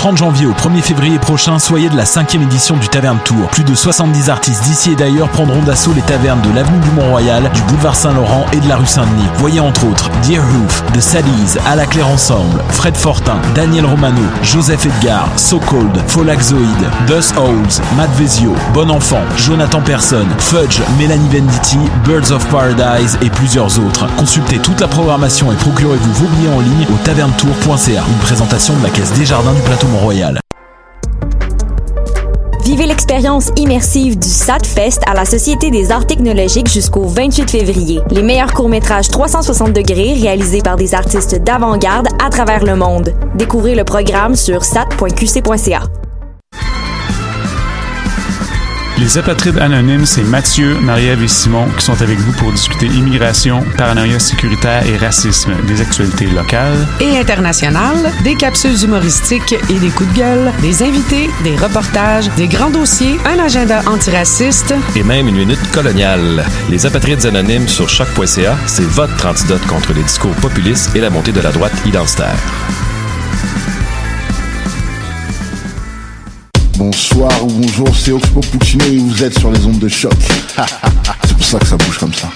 30 janvier au 1er février prochain, soyez de la 5e édition du Taverne Tour. Plus de 70 artistes d'ici et d'ailleurs prendront d'assaut les tavernes de l'avenue du Mont-Royal, du boulevard Saint-Laurent et de la rue Saint-Denis. Voyez entre autres Deerhoof, The Sallies, À la Claire Ensemble, Fred Fortin, Daniel Romano, Joseph Edgar, So Cold, Folaxoid, Thus Owls, Matt Vezio, Bon Enfant, Jonathan Persson, Fudge, Mélanie Venditti, Birds of Paradise et plusieurs autres. Consultez toute la programmation et procurez-vous vos billets en ligne au tavernetour.ca. Une présentation de la Caisse Desjardins du Plateau Mont-Royal. Vivez l'expérience immersive du SATFest à la Société des Arts Technologiques jusqu'au 28 février. Les meilleurs courts-métrages 360 degrés réalisés par des artistes d'avant-garde à travers le monde. Découvrez le programme sur sat.qc.ca. Les apatrides anonymes, c'est Mathieu, Marie-Ève et Simon qui sont avec vous pour discuter immigration, paranoïa sécuritaire et racisme, des actualités locales et internationales, des capsules humoristiques et des coups de gueule, des invités, des reportages, des grands dossiers, un agenda antiraciste et même une minute coloniale. Les apatrides anonymes sur choc.ca, c'est votre antidote contre les discours populistes et la montée de la droite identitaire. Bonsoir ou bonjour, c'est Oxpo Puccino et vous êtes sur les ondes de choc. C'est pour ça que ça bouge comme ça.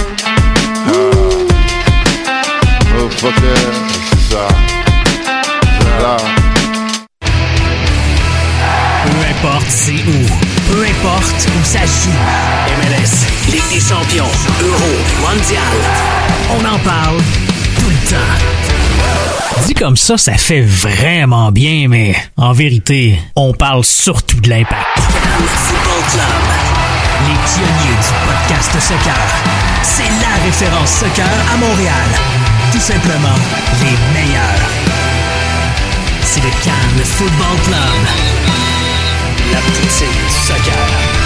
Oh fucker, c'est ça. Là. Peu importe c'est où, peu importe où ça joue. MLS, Ligue des Champions, Euro, Mondial. On en parle tout le temps. Dit comme ça fait vraiment bien, mais en vérité, on parle surtout de l'impact. Football Club, les pionniers du podcast soccer. C'est la référence soccer à Montréal. Tout simplement, les meilleurs. C'est le Cannes Football Club. La poutine du soccer.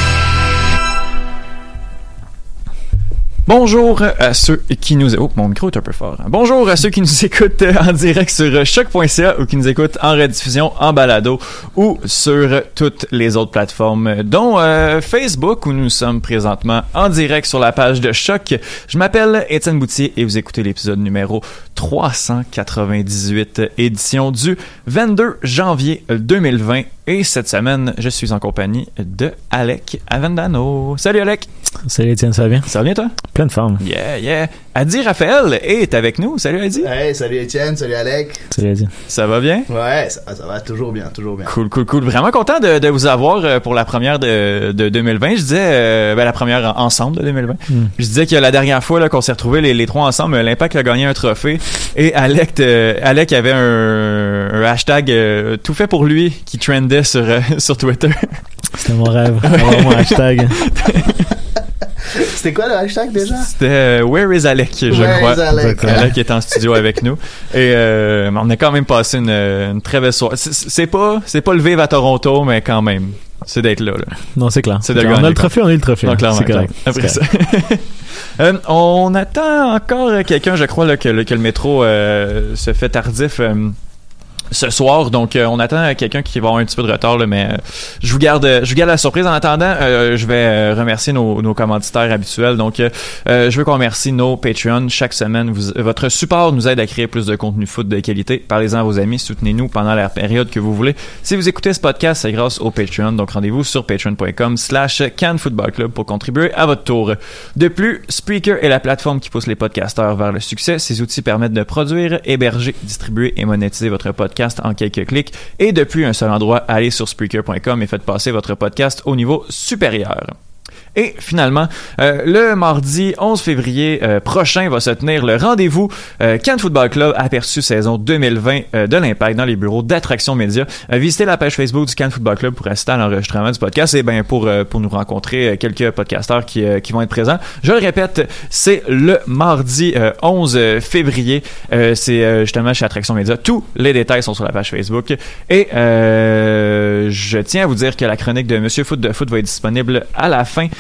Bonjour à ceux qui nous... Oh, mon micro est un peu fort. Bonjour à ceux qui nous écoutent en direct sur choc.ca ou qui nous écoutent en rediffusion, en balado ou sur toutes les autres plateformes, dont Facebook, où nous sommes présentement en direct sur la page de Choc. Je m'appelle Étienne Boutier et vous écoutez l'épisode numéro 398, édition du 22 janvier 2020. Et cette semaine, je suis en compagnie de Alec Avendano. Salut Alec! Salut Étienne, ça va bien? Ça va bien toi? Pleine forme. Yeah. Adi Raphaël est avec nous. Salut Adi. Hey, salut Étienne, salut Alec. Salut Adi. Ça va bien? Ouais, ça va toujours bien. Cool. Vraiment content de vous avoir pour la première de 2020. Je disais, la première ensemble de 2020. Je disais que la dernière fois là, qu'on s'est retrouvés les trois ensemble, l'Impact a gagné un trophée et Alec avait un hashtag tout fait pour lui qui trendait sur Twitter. C'était mon rêve. Mon hashtag. C'était quoi le hashtag déjà? C'était Where is Alec, je crois. Alec est en studio avec nous. Et on a quand même passé une très belle soirée. C'est pas le Vive à Toronto, mais quand même. C'est d'être là. Non, c'est clair. C'est de gagner. On a le trophée, on est le trophée. Donc, clairement, c'est correct. Après ça. On attend encore quelqu'un, je crois, là, que le métro se fait tardif. Ce soir, donc on attend quelqu'un qui va avoir un petit peu de retard là, mais je vous garde la surprise. En attendant, je vais remercier nos commanditaires habituels. Donc je veux qu'on remercie nos Patreons. Chaque semaine, votre support nous aide à créer plus de contenu foot de qualité. Parlez-en à vos amis, soutenez-nous pendant la période que vous voulez. Si vous écoutez ce podcast, c'est grâce au Patreon. Donc rendez-vous sur patreon.com/Cannes Football Club pour contribuer à votre tour. De plus, Spreaker est la plateforme qui pousse les podcasteurs vers le succès. Ces outils permettent de produire, héberger, distribuer et monétiser votre podcast en quelques clics. Et depuis un seul endroit, allez sur Spreaker.com et faites passer votre podcast au niveau supérieur. Et finalement, le mardi 11 février prochain va se tenir le rendez-vous Cannes Football Club aperçu saison 2020 de l'Impact dans les bureaux d'Attraction Média. Visitez la page Facebook du Cannes Football Club pour assister à l'enregistrement du podcast et pour nous rencontrer quelques podcasteurs qui vont être présents. Je le répète, c'est le mardi 11 février. C'est justement chez Attraction Média. Tous les détails sont sur la page Facebook. Et je tiens à vous dire que la chronique de Monsieur Foot de Foot va être disponible à la fin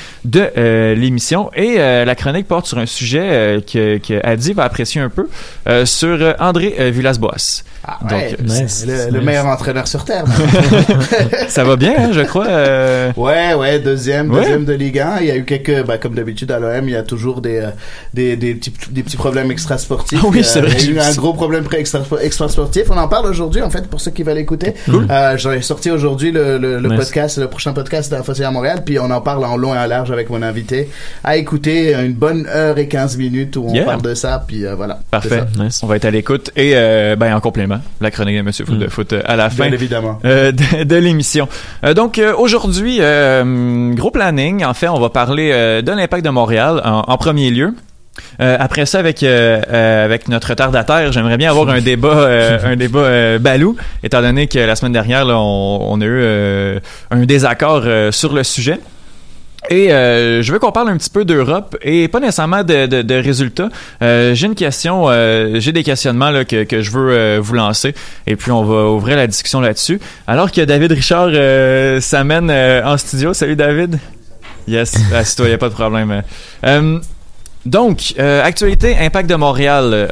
de l'émission. Et la chronique porte sur un sujet que Adi va apprécier un peu, sur André Villas-Boas. Ah, ouais, donc, le meilleur entraîneur sur Terre. Ça va bien, hein, je crois. Ouais, deuxième de Ligue 1. Il y a eu quelques, comme d'habitude à l'OM, il y a toujours des petits problèmes extrasportifs. Oui, c'est vrai. Il y a eu un gros problème extrasportif. On en parle aujourd'hui, en fait, pour ceux qui veulent écouter. Cool. J'ai sorti aujourd'hui le podcast, le prochain podcast de la Fosséa à Montréal, puis on en parle en long et en large avec mon invité. À écouter une bonne heure et 15 minutes où on parle de ça, puis voilà. Parfait. Nice. On va être à l'écoute. Et, en complément, la chronique de Monsieur Foot de Foot à la fin. Bien évidemment. De l'émission. Donc, aujourd'hui, gros planning. En fait, on va parler de l'Impact de Montréal en premier lieu. Après ça, avec notre retardataire, j'aimerais bien avoir un débat Balou, étant donné que la semaine dernière, là, on a eu un désaccord sur le sujet. Et je veux qu'on parle un petit peu d'Europe et pas nécessairement de résultats. J'ai une question, j'ai des questionnements là, que je veux vous lancer et puis on va ouvrir la discussion là-dessus. Alors que David Richard s'amène en studio. Salut David. Yes, assis-toi, y a pas de problème. Donc, actualité Impact de Montréal.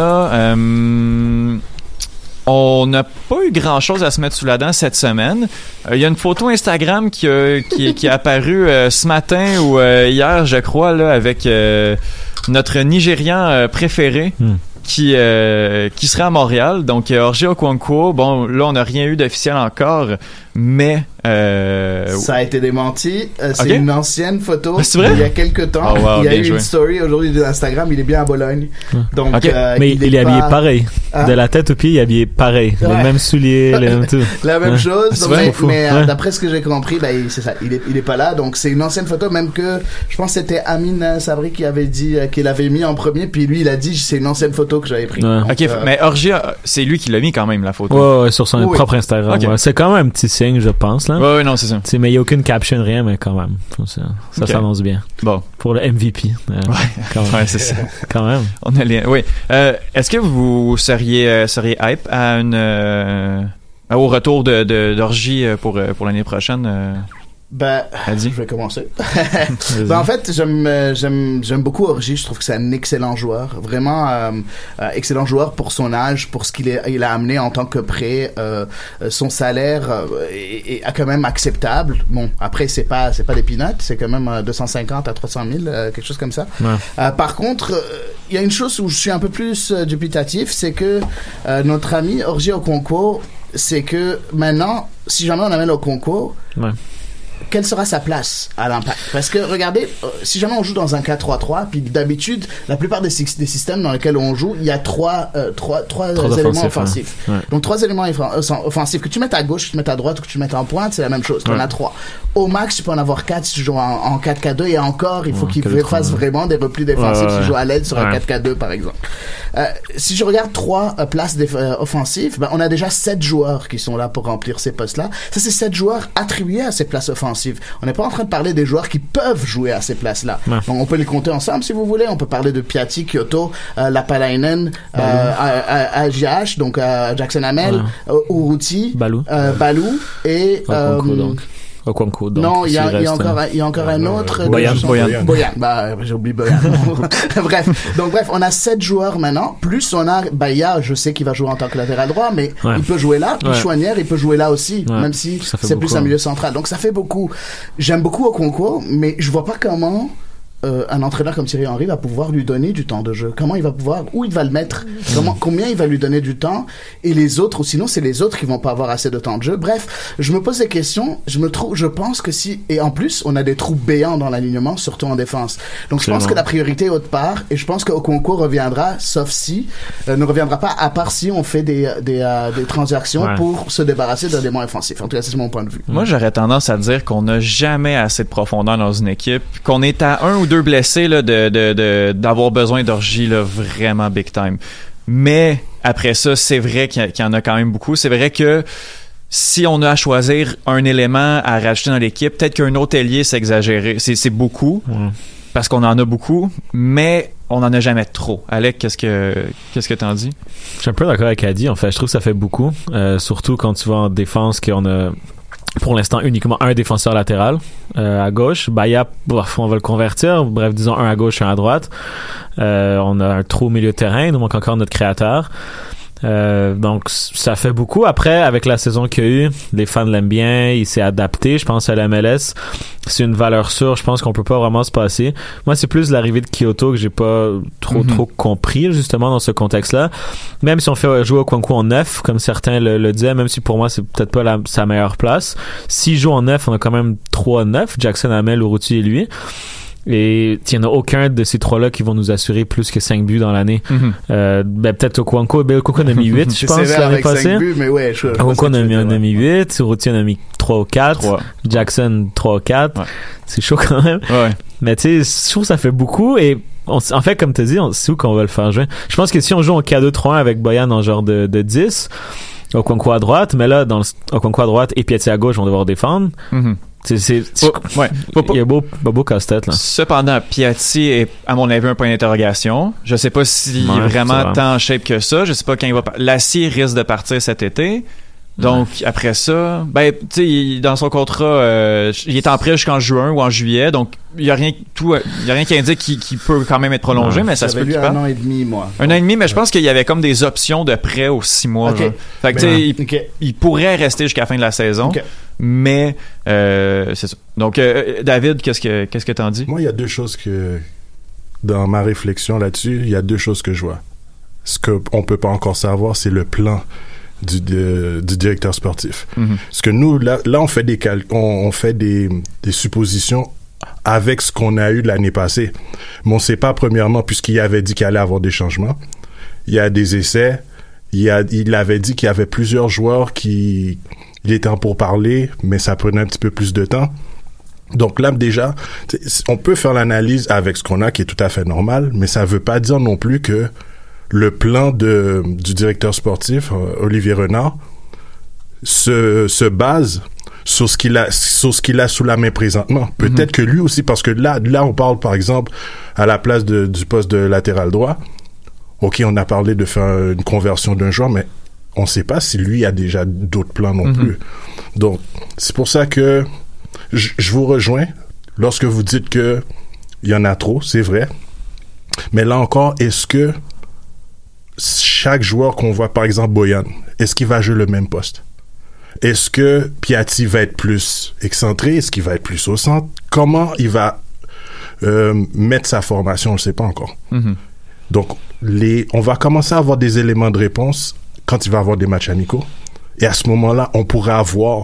On n'a pas eu grand-chose à se mettre sous la dent cette semaine. Il y a une photo Instagram qui est apparue ce matin ou hier, je crois, là, avec notre Nigérian préféré qui serait à Montréal. Donc, Orji Okonkwo. Bon, là, on n'a rien eu d'officiel encore, mais... Ça a été démenti. C'est une ancienne photo. C'est vrai? Il y a quelques temps. Oh, wow, il y a eu joué. une story aujourd'hui de Instagram. Il est bien à Bologne. Donc, mais il est habillé pareil. De la tête aux pieds, il est habillé pareil. Les mêmes souliers, les mêmes tout. La même chose. Donc, mais Ouais. d'après ce que j'ai compris, c'est ça. Il est pas là. Donc, c'est une ancienne photo. Même que je pense que c'était Amine Sabri qui avait dit qu'il avait mis en premier. Puis lui, il a dit c'est une ancienne photo que j'avais prise. Ouais. Donc, OK, mais Orji, c'est lui qui l'a mis quand même, la photo. Ouais, sur son propre Instagram. Okay. Ouais. C'est quand même un petit signe, je pense. Là. Ouais, non, c'est ça. Mais il n'y a aucune caption, rien, mais quand même. Ça Okay. s'annonce bien. Bon. Pour le MVP. Quand même. Ouais, c'est ça. Quand même. On a les... Oui. Est-ce que vous seriez hype à au retour d'Orji pour l'année prochaine? Je vais commencer. En fait, j'aime beaucoup Orji. Je trouve que c'est un excellent joueur, vraiment excellent joueur pour son âge, pour ce il a amené en tant que prêt. Son salaire est quand même acceptable. Bon, après c'est pas des peanuts, c'est quand même 250 à 300 000, quelque chose comme ça. Ouais. Par contre, il y a une chose où je suis un peu plus dubitatif, c'est que notre ami Orji Okonkwo, c'est que maintenant, si jamais on amène Okonkwo, quelle sera sa place à l'Impact? Parce que regardez, si jamais on joue dans un 4-3-3, puis d'habitude, la plupart des systèmes dans lesquels on joue, il y a trois éléments offensifs. Ouais. Donc 3 éléments offensifs. Que tu mettes à gauche, que tu mettes à droite ou que tu mettes en pointe, c'est la même chose. Tu en as 3. Au max, tu peux en avoir 4 si tu joues en 4-4-2 et encore, il faut qu'il fasse vraiment des replis défensifs si tu joues à l'aide sur un 4-4-2 par exemple. Si je regarde 3 places offensives, on a déjà 7 joueurs qui sont là pour remplir ces postes-là. Ça, c'est 7 joueurs attribués à ces places offensives. On n'est pas en train de parler des joueurs qui peuvent jouer à ces places-là. Donc, on peut les compter ensemble si vous voulez. On peut parler de Piatti, Kyoto, Lapalainen, AGH, donc Jackson Hamel, Uruti, Balou et Okonkwo, donc. Non, il y a encore un autre. Boyan. J'ai oublié Boyan. Bref, on a 7 joueurs maintenant. Plus on a Baya, je sais qu'il va jouer en tant que latéral droit, mais il peut jouer là. Puis Chouanière, il peut jouer là aussi, même si c'est plus un milieu central. Donc ça fait beaucoup. J'aime beaucoup Okonkwo, mais je vois pas comment un entraîneur comme Thierry Henry va pouvoir lui donner du temps de jeu. Comment il va pouvoir, où il va le mettre, combien il va lui donner du temps, et les autres, ou sinon c'est les autres qui vont pas avoir assez de temps de jeu. Bref, je me pose des questions, je pense que et en plus, on a des trous béants dans l'alignement, surtout en défense. Donc je pense que la priorité est autre part, et je pense que Okonkwo reviendra, ne reviendra pas, à part si on fait des transactions pour se débarrasser d'un élément offensif. En tout cas, c'est mon point de vue. Moi, j'aurais tendance à dire qu'on n'a jamais assez de profondeur dans une équipe, qu'on est à 1 ou 2 blessés là, d'avoir besoin d'Orji là, vraiment big time. Mais après ça, c'est vrai qu'il y en a quand même beaucoup. C'est vrai que si on a à choisir un élément à rajouter dans l'équipe, peut-être qu'un autre ailier, c'est exagéré. C'est beaucoup, parce qu'on en a beaucoup, mais on en a jamais trop. Alec, qu'est-ce que t'en dis? Je suis un peu d'accord avec Adi. En fait, je trouve que ça fait beaucoup. Surtout quand tu vas en défense, qu'on a pour l'instant uniquement un défenseur latéral à gauche. Baya, on va le convertir. Bref, disons un à gauche et un à droite. On a un trou au milieu de terrain. Il nous manque encore notre créateur. Donc ça fait beaucoup. Après, avec la saison qu'il y a eu, les fans l'aiment bien, il s'est adapté. Je pense à la MLS, c'est une valeur sûre. Je pense qu'on peut pas vraiment se passer. Moi, c'est plus l'arrivée de Kyoto que j'ai pas trop compris justement dans ce contexte-là. Même si on fait jouer Okonkwo en 9, comme certains le disaient, même si pour moi c'est peut-être pas sa meilleure place. S'il joue en 9, on a quand même 3-9, Jackson, Hamel, Urruti et lui. Et il n'y en a aucun de ces trois-là qui vont nous assurer plus que 5 buts dans l'année. Peut-être Okonkwo. Okonkwo en a mis 8, je pense, l'année passée. 5 buts, mais ouais, Okonkwo en a mis 8, Urruti en a mis 3 ou 4, Jackson 3 ou 4. Ouais. C'est chaud quand même. Ouais. Mais tu sais, je trouve que ça fait beaucoup et en fait, comme tu as dit, c'est où qu'on va le faire jouer. Je pense que si on joue en 4-2-3-1 avec Boyan en genre de 10, Okonkwo à droite, mais là, Okonkwo à droite et Piatti à gauche vont devoir défendre. Il y a beau casse-tête là. Cependant, Piatti est à mon avis un point d'interrogation. Je sais pas s'il est vraiment tant en shape que ça. Je sais pas quand il va Lassie risque de partir cet été. Donc après ça, tu sais, dans son contrat, il est en prêt jusqu'en juin ou en juillet. Donc il y a rien qui indique qu'il peut quand même être prolongé, mais ça se peut qu'il parte. Un an et demi, moi. Un an et demi, mais je pense qu'il y avait comme des options de prêt aux 6 mois. Okay. Fait que tu sais, il pourrait rester jusqu'à la fin de la saison. Okay. Mais c'est ça. Donc David, qu'est-ce que t'en dis? Moi, il y a deux choses que dans ma réflexion là-dessus, il y a deux choses que je vois. Ce qu'on peut pas encore savoir, c'est le plan du directeur sportif. Parce que nous, là on fait on fait des suppositions avec ce qu'on a eu de l'année passée. Mais on sait pas, premièrement, puisqu'il avait dit qu'il allait avoir des changements. Il y a des essais. Il avait dit qu'il y avait plusieurs joueurs il était en pourparlers, mais ça prenait un petit peu plus de temps. Donc là, déjà, on peut faire l'analyse avec ce qu'on a, qui est tout à fait normal, mais ça veut pas dire non plus que le plan du directeur sportif, Olivier Renard, se base sur ce qu'il a sous la main présentement. Peut-être que lui aussi, parce que là, on parle, par exemple, à la place du poste de latéral droit. OK, on a parlé de faire une conversion d'un joueur, mais on sait pas si lui a déjà d'autres plans non plus. Donc, c'est pour ça que je vous rejoins lorsque vous dites que il y en a trop, c'est vrai. Mais là encore, est-ce que chaque joueur qu'on voit, par exemple Boyan, est-ce qu'il va jouer le même poste? Est-ce que Piatti va être plus excentré? Est-ce qu'il va être plus au centre? Comment il va mettre sa formation? On ne le sait pas encore. Donc, on va commencer à avoir des éléments de réponse quand il va avoir des matchs amicaux. Et à ce moment-là, on pourrait avoir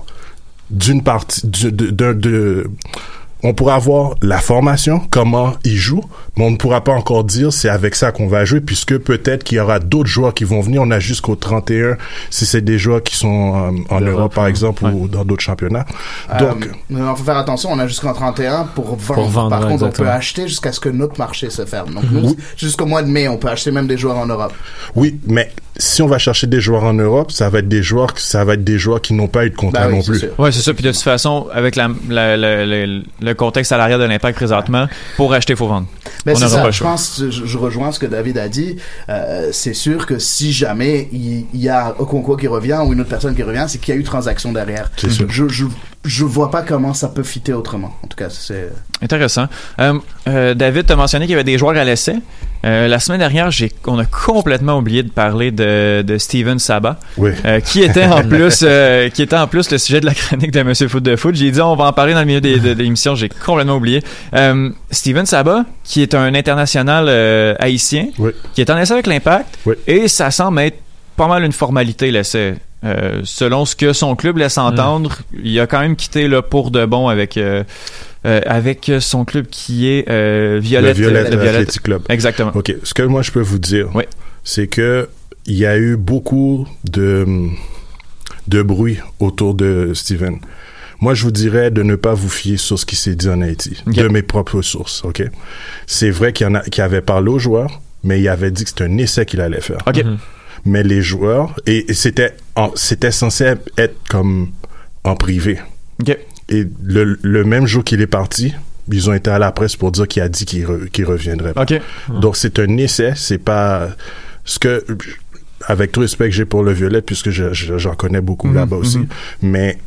on pourra avoir la formation, comment il joue, mais on ne pourra pas encore dire c'est avec ça qu'on va jouer, puisque peut-être qu'il y aura d'autres joueurs qui vont venir. On a jusqu'au 31, si c'est des joueurs qui sont en Europe, par exemple, ou dans d'autres championnats. Donc, il faut faire attention, on a jusqu'au 31 pour vendre. Par contre, exactement. On peut acheter jusqu'à ce que notre marché se ferme. Donc, nous, jusqu'au mois de mai, on peut acheter même des joueurs en Europe. Oui, mais si on va chercher des joueurs en Europe, ça va être des joueurs qui n'ont pas eu de contrat non plus. Oui, c'est ça. Puis de toute façon, avec le contexte salarial de l'Impact présentement, pour acheter, il faut vendre. Mais c'est ça, je rejoins ce que David a dit. C'est sûr que si jamais il y a Okonkwo qui revient ou une autre personne qui revient, c'est qu'il y a eu transaction derrière. C'est sûr. Je vois pas comment ça peut fitter autrement. En tout cas, c'est intéressant. David, tu as mentionné qu'il y avait des joueurs à l'essai. La semaine dernière, on a complètement oublié de parler de Steven Saba, qui était en plus le sujet de la chronique de Monsieur Foot de Foot. J'ai dit on va en parler dans le milieu de l'émission, j'ai complètement oublié. Steven Saba, qui est un international haïtien, qui est en essai avec l'Impact, et ça semble être pas mal une formalité l'essai. Selon ce que son club laisse entendre, il a quand même quitté là, pour de bon avec son club qui est Violette Athletic Club. Exactement. OK. Ce que moi je peux vous dire, c'est que il y a eu beaucoup de bruit autour de Steven. Moi, je vous dirais de ne pas vous fier sur ce qui s'est dit en Haïti, de mes propres sources. OK. C'est vrai qu'il avait parlé aux joueurs, mais il avait dit que c'était un essai qu'il allait faire. OK. Mais les joueurs, et c'était censé être comme en privé. OK. Et le même jour qu'il est parti, ils ont été à la presse pour dire qu'il a dit qu'il reviendrait pas. OK. Donc c'est un essai, c'est pas ce que, avec tout respect que j'ai pour le Violet, puisque j'en connais beaucoup là-bas aussi, mais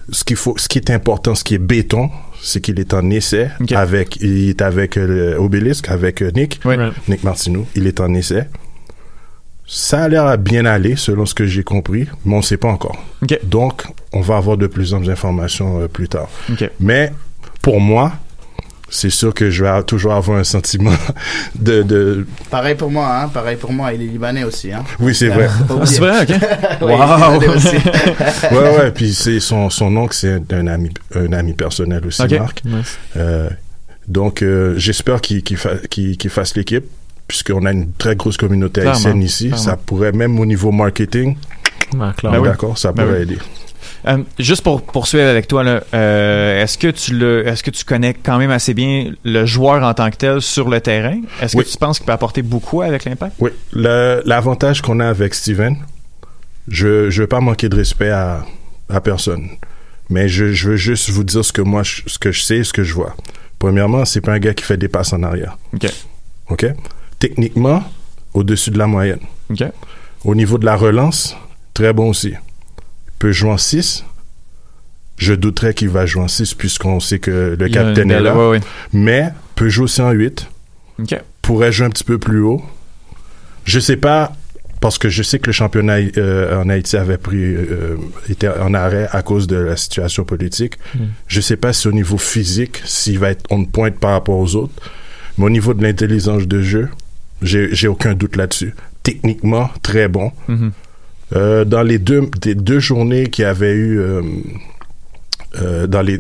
ce qui est important, ce qui est béton, c'est qu'il est en essai il est avec Obélisque, avec Nick Martineau. Il est en essai. Ça a l'air à bien aller, selon ce que j'ai compris, mais on ne sait pas encore. Donc, on va avoir de plus en plus d'informations plus tard. Mais, pour moi, c'est sûr que je vais toujours avoir un sentiment de... Pareil pour moi, hein. Pareil pour moi. Il est libanais aussi, hein. Oui, c'est vrai. C'est vrai, OK. Oui, wow! ouais. Puis c'est son oncle, c'est un ami personnel aussi, Marc. Nice. Donc, j'espère qu'il fasse l'équipe, puisqu'on a une très grosse communauté haïtienne ici. Clairement. Ça pourrait, même au niveau marketing, d'accord, ça pourrait aider. Juste pour poursuivre avec toi, là, est-ce que tu connais quand même assez bien le joueur en tant que tel sur le terrain? Est-ce que tu penses qu'il peut apporter beaucoup avec l'Impact? Oui. L'avantage qu'on a avec Steven, je veux pas manquer de respect à personne, mais je veux juste vous dire ce que je sais, ce que je vois. Premièrement, c'est pas un gars qui fait des passes en arrière. OK? Techniquement, au-dessus de la moyenne. Au niveau de la relance, très bon aussi. Peut jouer en 6. Je douterais qu'il va jouer en 6 puisqu'on sait que le capitaine est là. Mais peut jouer aussi en 8. Pourrait jouer un petit peu plus haut. Je sais pas, parce que je sais que le championnat en Haïti était en arrêt à cause de la situation politique. Je sais pas si au niveau physique, s'il va être on point par rapport aux autres. Mais au niveau de l'intelligence de jeu, j'ai aucun doute là-dessus. Techniquement, très bon. Dans les deux journées qu'il y avait eu dans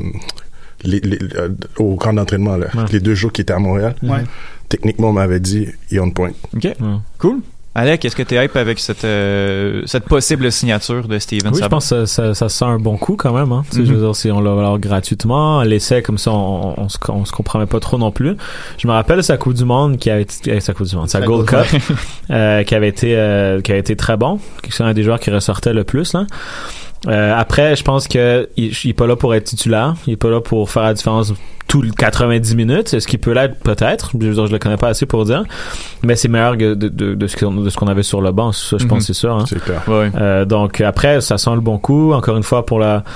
au camp d'entraînement, là, les 2 jours qui étaient à Montréal, techniquement, on m'avait dit, il est on point. Cool. Alec, est-ce que tu es hype avec cette possible signature de Steven Sabah? Je pense que ça sent un bon coup quand même. Hein. Je veux dire, si on l'a alors gratuitement, l'essai comme ça, on se compromet pas trop non plus. Je me rappelle sa Coupe du Monde sa Gold Cup, qui avait été très bon. C'est un des joueurs qui ressortait le plus là. Après, je pense que il est pas là pour être titulaire. Il est pas là pour faire la différence tous les 90 minutes. Est-ce qu'il peut l'être? Peut-être. Je le connais pas assez pour dire. Mais c'est meilleur que de ce qu'on avait sur le banc. Ça, je pense, c'est sûr. Hein. C'est clair. Donc, après, ça sent le bon coup. Encore une fois,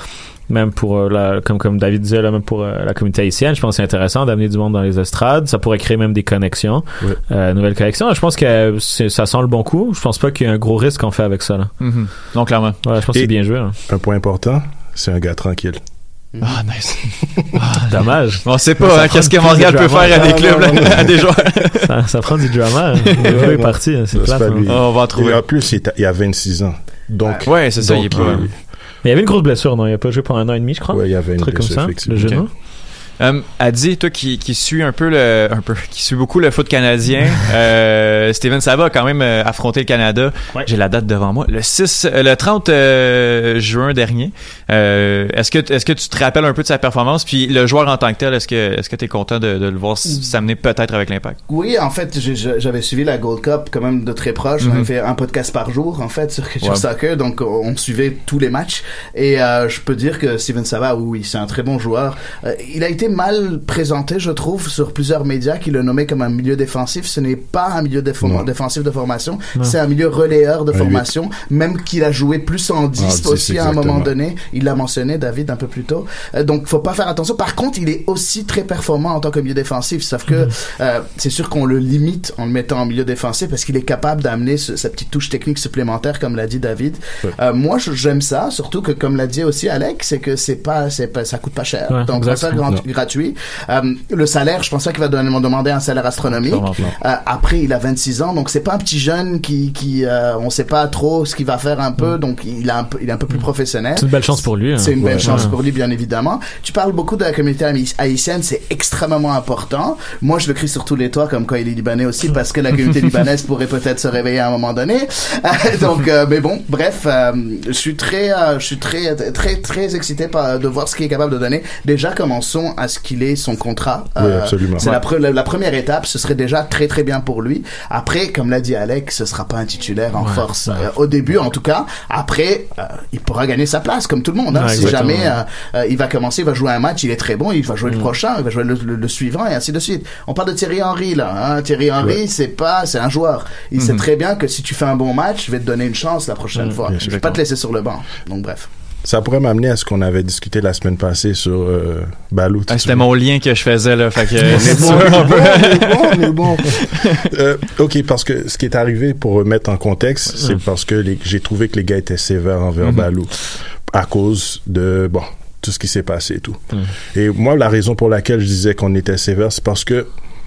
comme David disait, là, même pour la communauté haïtienne, je pense que c'est intéressant d'amener du monde dans les estrades. Ça pourrait créer même des connexions, nouvelles connexions. Je pense que ça sent le bon coup. Je pense pas qu'il y ait un gros risque qu'on fait avec ça. Là. Donc, clairement. Ouais, je pense que c'est bien joué. Là. Un point important, c'est un gars tranquille. Ah, nice. Dommage. On sait pas qu'est-ce que Montréal peut faire à des clubs, à des joueurs. Ça prend du drama. Le jeu est parti. C'est plate. On va en trouver. Et en plus, il a 26 ans. Donc, ouais, c'est ça. Il est pas... Mais il y avait une grosse blessure, non? Il a pas joué pendant 1 an et demi, je crois. Oui, il y avait une blessure, effectivement. Le genou. Adi, toi qui suis qui suis beaucoup le foot canadien, Steven Sabah a quand même affronté le Canada. J'ai la date devant moi, le 30 juin dernier. Est-ce que tu te rappelles un peu de sa performance, puis le joueur en tant que tel, est-ce que tu es content de le voir s'amener peut-être avec l'Impact? Oui, en fait, j'avais suivi la Gold Cup quand même de très proche. On avait fait un podcast par jour en fait sur Soccer, donc on suivait tous les matchs et je peux dire que Steven Sabah, oui, c'est un très bon joueur. Il a été mal présenté, je trouve, sur plusieurs médias qui le nommaient comme un milieu défensif. Ce n'est pas un milieu défensif de formation, c'est un milieu relayeur de formation, même qu'il a joué plus en 10 aussi à un moment donné. Il l'a mentionné, David, un peu plus tôt. Donc, faut pas faire attention. Par contre, il est aussi très performant en tant que milieu défensif, sauf que c'est sûr qu'on le limite en le mettant en milieu défensif parce qu'il est capable d'amener sa petite touche technique supplémentaire, comme l'a dit David. Moi, j'aime ça, surtout que, comme l'a dit aussi Alec, c'est que ça coûte pas cher. Donc, ça sera gratuit. Le salaire, je pense pas qu'il va demander un salaire astronomique. Après, il a 26 ans, donc c'est pas un petit jeune qui on sait pas trop ce qu'il va faire un peu, donc il est un peu plus professionnel. C'est une belle chance pour lui. Hein. C'est une belle chance pour lui, bien évidemment. Tu parles beaucoup de la communauté haïtienne, c'est extrêmement important. Moi, je le crie sur tous les toits, comme quand il est libanais aussi, parce que la communauté libanaise pourrait peut-être se réveiller à un moment donné. Donc, mais bon, bref, je suis très excité de voir ce qu'il est capable de donner. Déjà, commençons à ce qu'il ait son contrat. Oui, absolument. C'est la première étape. Ce serait déjà très très bien pour lui. Après, comme l'a dit Alec, ce sera pas un titulaire en force. Au début, en tout cas. Après, il pourra gagner sa place comme tout le monde. Hein. Si jamais il va commencer, il va jouer un match, il est très bon, il va jouer le prochain, il va jouer le suivant et ainsi de suite. On parle de Thierry Henry là. Hein. Thierry Henry, c'est un joueur. Il sait très bien que si tu fais un bon match, je vais te donner une chance la prochaine fois. Je vais pas te laisser sur le banc. Donc bref. Ça pourrait m'amener à ce qu'on avait discuté la semaine passée sur Balou. C'était mon lien que je faisais, là. Fait que, on est bon. OK, parce que ce qui est arrivé, pour remettre en contexte, c'est parce que j'ai trouvé que les gars étaient sévères envers Balou à cause de, tout ce qui s'est passé et tout. Et moi, la raison pour laquelle je disais qu'on était sévère, c'est parce que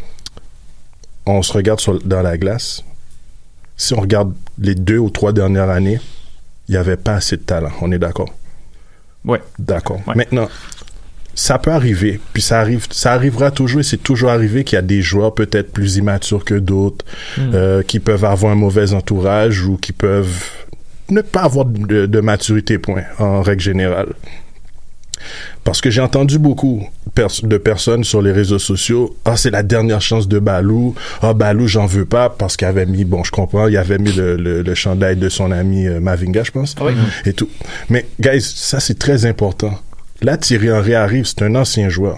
on se regarde dans la glace. Si on regarde les 2 ou 3 dernières années, il n'y avait pas assez de talent. On est d'accord? Ouais. D'accord. Ouais. Maintenant, ça peut arriver, puis ça arrivera toujours, et c'est toujours arrivé qu'il y a des joueurs peut-être plus immatures que d'autres, qui peuvent avoir un mauvais entourage ou qui peuvent ne pas avoir de maturité, point, en règle générale. Parce que j'ai entendu beaucoup de personnes sur les réseaux sociaux, c'est la dernière chance de Balou. Balou, j'en veux pas, parce qu'il avait mis, je comprends, il avait mis le chandail de son ami Mavinga, je pense, et tout. Mais, guys, ça, c'est très important. Là, Thierry Henry arrive, c'est un ancien joueur.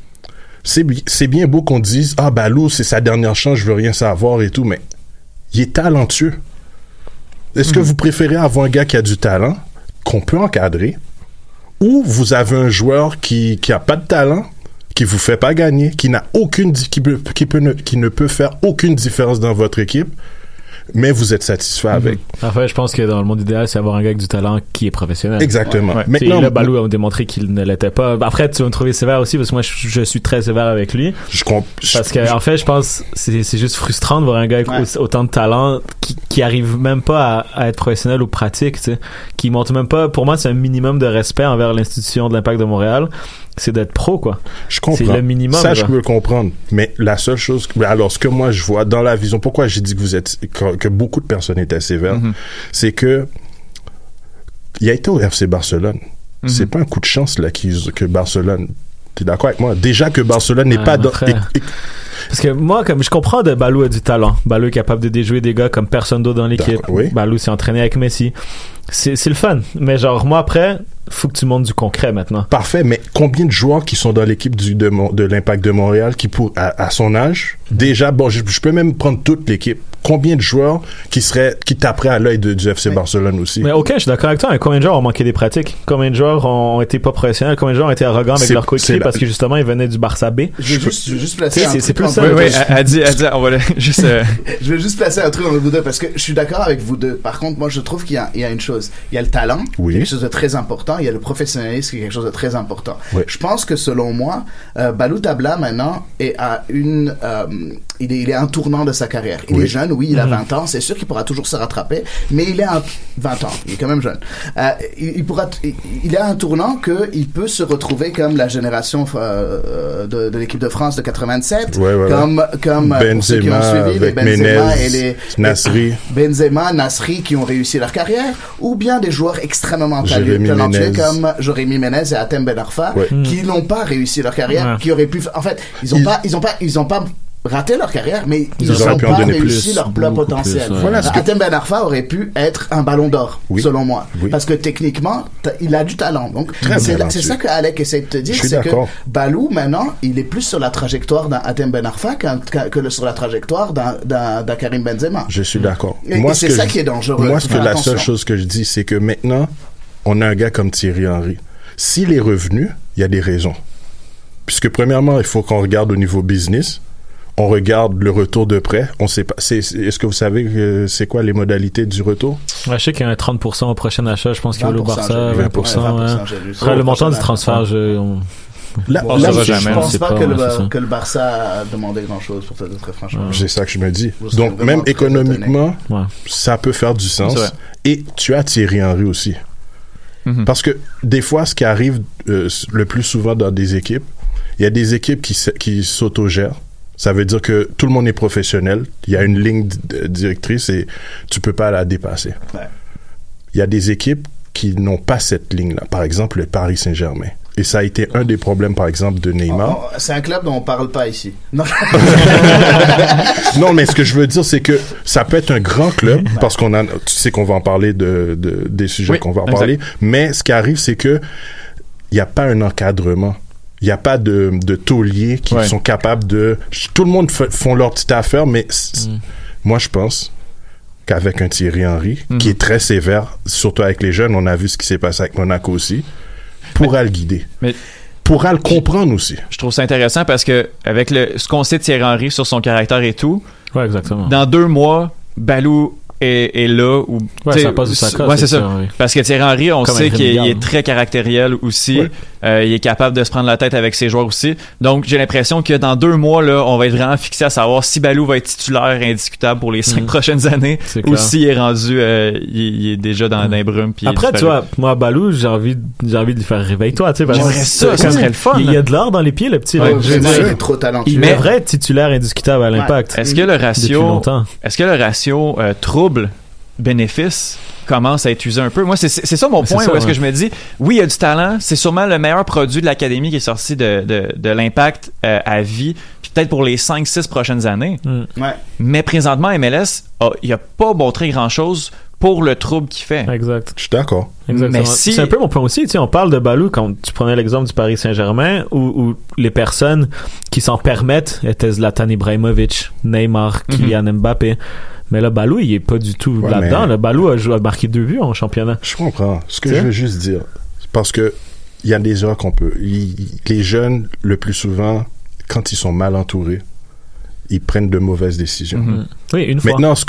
C'est bien beau qu'on dise, Balou, c'est sa dernière chance, je veux rien savoir et tout, mais il est talentueux. Est-ce que vous préférez avoir un gars qui a du talent, qu'on peut encadrer, ou vous avez un joueur qui a pas de talent, qui vous fait pas gagner, qui n'a qui ne peut faire aucune différence dans votre équipe, mais vous êtes satisfait avec. Enfin, je pense que dans le monde idéal, c'est avoir un gars avec du talent qui est professionnel. Exactement. Ouais. Maintenant, là, Balou a démontré qu'il ne l'était pas. Après, tu vas me trouver sévère aussi, parce que moi, je suis très sévère avec lui. Parce que, en fait, je pense c'est juste frustrant de voir un gars avec autant de talent qui arrive même pas à être professionnel ou pratique, tu sais, qui montre même pas. Pour moi, c'est un minimum de respect envers l'institution de l'Impact de Montréal. C'est d'être pro, quoi. Je comprends. C'est le minimum. Ça, je peux le comprendre. Mais la seule chose, alors, ce que moi, je vois dans la vision, pourquoi j'ai dit que beaucoup de personnes étaient sévères, c'est que il a été au FC Barcelone. C'est pas un coup de chance, là, que Barcelone. T'es d'accord avec moi? Déjà que Barcelone n'est pas dans. Parce que moi, comme je comprends de Balou a du talent. Balou est capable de déjouer des gars comme personne d'autre dans l'équipe. Balou s'est entraîné avec Messi. C'est le fun. Mais genre, moi, après, faut que tu montres du concret maintenant. Parfait, mais combien de joueurs qui sont dans l'équipe de l'Impact de Montréal qui, à son âge, déjà, je peux même prendre toute l'équipe. Combien de joueurs qui taperaient à l'œil du FC Barcelone aussi? Mais ok, je suis d'accord avec toi. Combien de joueurs ont manqué des pratiques? Combien de joueurs ont été pas professionnels? Combien de joueurs ont été arrogants avec leurs coéquipiers parce que justement, ils venaient du Barça B? Je vais juste placer un truc. C'est plus ça. Oui, elle dit, on va juste... Je vais juste placer un truc entre vous deux parce que je suis d'accord avec vous deux. Par contre, moi, je trouve qu'il y a une chose. Il y a le talent, quelque chose de très important. Il y a le professionnalisme, qui est quelque chose de très important. Oui. Je pense que selon moi, Balou Tabla maintenant est à il est à un tournant de sa carrière. Il est jeune, il a 20 ans. C'est sûr qu'il pourra toujours se rattraper, mais il est à 20 ans. Il est quand même jeune. Il est à un tournant qu'il peut se retrouver comme la génération de l'équipe de France de 87, comme Benzema, ceux qui ont suivi, les Benzema et les Nasri. Benzema, Nasri qui ont réussi leur carrière, ou bien des joueurs extrêmement talentueux comme Jérémy Ménez et Hatem Ben Arfa qui n'ont pas réussi leur carrière, qui auraient pu, en fait, ils ont pas raté leur carrière, mais ils n'ont pas réussi leur plein potentiel. Hatem Ben Arfa aurait pu être un ballon d'or, selon moi. Parce que techniquement, il a du talent. Donc, c'est ça que Alec essaie de te dire, c'est que Balou, maintenant, il est plus sur la trajectoire d'un Hatem Ben Arfa que sur la trajectoire d'un Karim Benzema. Je suis d'accord. Et c'est ça qui est dangereux. Moi, la seule chose que je dis, c'est que maintenant, on a un gars comme Thierry Henry. S'il est revenu, il y a des raisons. Puisque premièrement, il faut qu'on regarde au niveau business. On regarde le retour de prêt. On sait pas. Est-ce que vous savez c'est quoi les modalités du retour? Je sais qu'il y a un 30% au prochain achat. Je pense qu'il y a au Barça, 20%. Le montant du transfert, Là, je pense pas que le Barça a demandé grand-chose pour te dire très franchement. C'est ça que je me dis. Donc, même économiquement, ça peut faire du sens. Et tu as Thierry Henry aussi. Parce que des fois, ce qui arrive le plus souvent dans des équipes, il y a des équipes qui s'autogèrent. Ça veut dire que tout le monde est professionnel. Il y a une ligne directrice et tu peux pas la dépasser. Il y a des équipes qui n'ont pas cette ligne-là. Par exemple, le Paris Saint-Germain. Et ça a été un des problèmes, par exemple, de Neymar. C'est un club dont on parle pas ici. Non. Non, mais ce que je veux dire, c'est que ça peut être un grand club, parce tu sais qu'on va en parler des sujets qu'on va en parler. Mais ce qui arrive, c'est que il n'y a pas un encadrement. Il n'y a pas de tauliers qui sont capables de... Tout le monde font leur petite affaire, mais moi, je pense qu'avec un Thierry Henry, qui est très sévère, surtout avec les jeunes. On a vu ce qui s'est passé avec Monaco aussi. Pourra le guider. Pourra le comprendre aussi. Je trouve ça intéressant parce que avec ce qu'on sait de Thierry Henry sur son caractère et tout, ouais, exactement. Dans 2 mois, Balou est là où ça passe de sa coche, ouais, c'est ça. Parce que Thierry Henry, on sait qu'il est très caractériel aussi. Ouais. Il est capable de se prendre la tête avec ses joueurs aussi. Donc j'ai l'impression que dans 2 mois là, on va être vraiment fixé à savoir si Balou va être titulaire indiscutable pour les 5 prochaines années ou s'il est rendu il est déjà dans les brumes. Après tu vois, moi Balou, j'ai envie de lui faire réveille-toi, tu sais, j'aimerais ça serait le fun. Il y a de l'or dans les pieds, le petit. Ouais, il est trop talentueux. Il est vrai titulaire indiscutable à l'Impact. Est-ce que le ratio trouble-bénéfice commence à être usé un peu? Moi, c'est ça mon point. Où est-ce que je me dis, oui, il y a du talent, c'est sûrement le meilleur produit de l'académie qui est sorti de l'Impact à vie, puis peut-être pour les 5-6 prochaines années. Ouais. Mais présentement, MLS, il n'a pas montré grand-chose pour le trouble qu'il fait. Exact. Je suis d'accord. Exactement. C'est un peu mon point aussi. Tu sais, on parle de Balou quand tu prenais l'exemple du Paris Saint-Germain où les personnes qui s'en permettent étaient Zlatan Ibrahimovic, Neymar, Kylian Mbappé. Mais là, Balou, il est pas du tout là-dedans. Le Balou a marqué 2 buts en championnat. Je comprends. Ce que je veux juste dire, parce que il y a des erreurs qu'on peut. Les jeunes, le plus souvent, quand ils sont mal entourés, ils prennent de mauvaises décisions. Oui, une fois. Maintenant,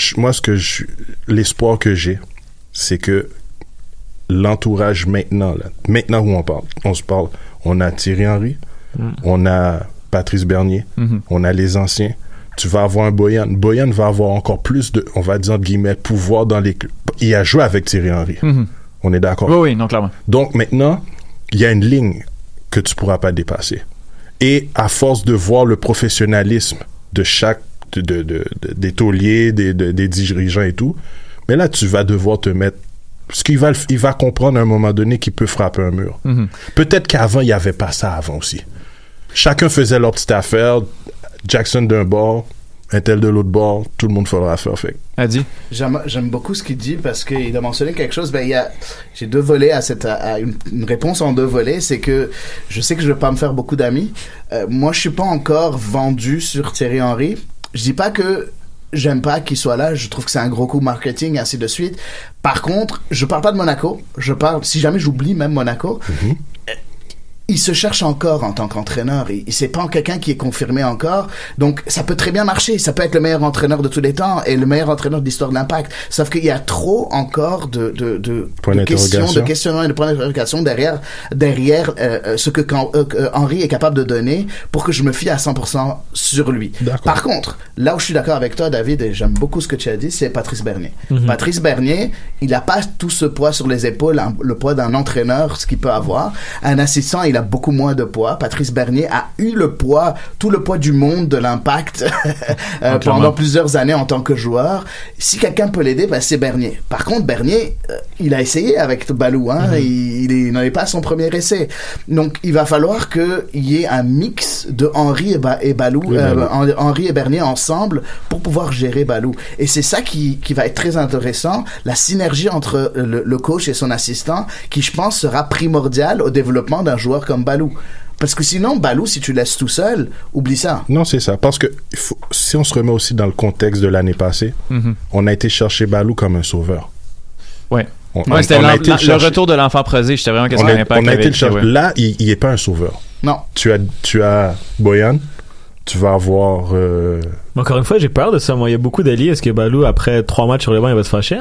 l'espoir que j'ai, c'est que l'entourage maintenant où on a Thierry Henry, on a Patrice Bernier, on a les anciens. Tu vas avoir un Boyan. Boyan va avoir encore plus de, on va dire entre guillemets, pouvoir dans les clubs. Il a joué avec Thierry Henry. On est d'accord? Oui, non, clairement. Donc maintenant, il y a une ligne que tu pourras pas dépasser. Et à force de voir le professionnalisme de chaque des tauliers, des dirigeants et tout, mais là tu vas devoir te mettre, parce qu'il va comprendre à un moment donné qu'il peut frapper un mur. Peut-être qu'avant il n'y avait pas ça avant aussi. Chacun faisait leur petite affaire. Jackson d'un bord, un tel de l'autre bord, tout le monde faudra faire. Adi? J'aime beaucoup ce qu'il dit parce qu'il a mentionné quelque chose. J'ai 2 volets à une réponse en 2 volets. C'est que je sais que je vais pas me faire beaucoup d'amis. Moi, je suis pas encore vendu sur Thierry Henry. Je dis pas que j'aime pas qu'il soit là. Je trouve que c'est un gros coup marketing et ainsi de suite. Par contre, je parle pas de Monaco. Si jamais j'oublie même Monaco. Il se cherche encore en tant qu'entraîneur. C'est pas quelqu'un qui est confirmé encore. Donc, ça peut très bien marcher. Ça peut être le meilleur entraîneur de tous les temps et le meilleur entraîneur de l'histoire de l'Impact. Sauf qu'il y a trop encore de questionnements et de points d'interrogation derrière ce que Henry est capable de donner pour que je me fie à 100% sur lui. Par contre, là où je suis d'accord avec toi, David, et j'aime beaucoup ce que tu as dit, c'est Patrice Bernier. Patrice Bernier, il a pas tout ce poids sur les épaules, le poids d'un entraîneur, ce qu'il peut avoir. Un assistant, il a beaucoup moins de poids. Patrice Bernier a eu tout le poids du monde de l'Impact pendant plusieurs années en tant que joueur. Si quelqu'un peut l'aider, c'est Bernier. Par contre, Bernier, il a essayé avec Balou. Il n'avait pas son premier essai. Donc, il va falloir qu'il y ait un mix de Henry et Balou, Henry et Bernier ensemble pour pouvoir gérer Balou. Et c'est ça qui va être très intéressant, la synergie entre le coach et son assistant, qui, je pense, sera primordial au développement d'un joueur comme Balou. Parce que sinon, Balou, si tu laisses tout seul, oublie ça. Non, c'est ça. Parce que si on se remet aussi dans le contexte de l'année passée, on a été chercher Balou comme un sauveur. Ouais. C'était le retour de l'enfant prosé. J'étais vraiment question de l'Impact. On a été le chercher. Là, il n'est pas un sauveur. Non. Tu as Boyan. Tu vas avoir... Encore une fois, j'ai peur de ça. Moi, il y a beaucoup d'alliés. Est-ce que Balou, après 3 matchs sur le banc, il va se fâcher?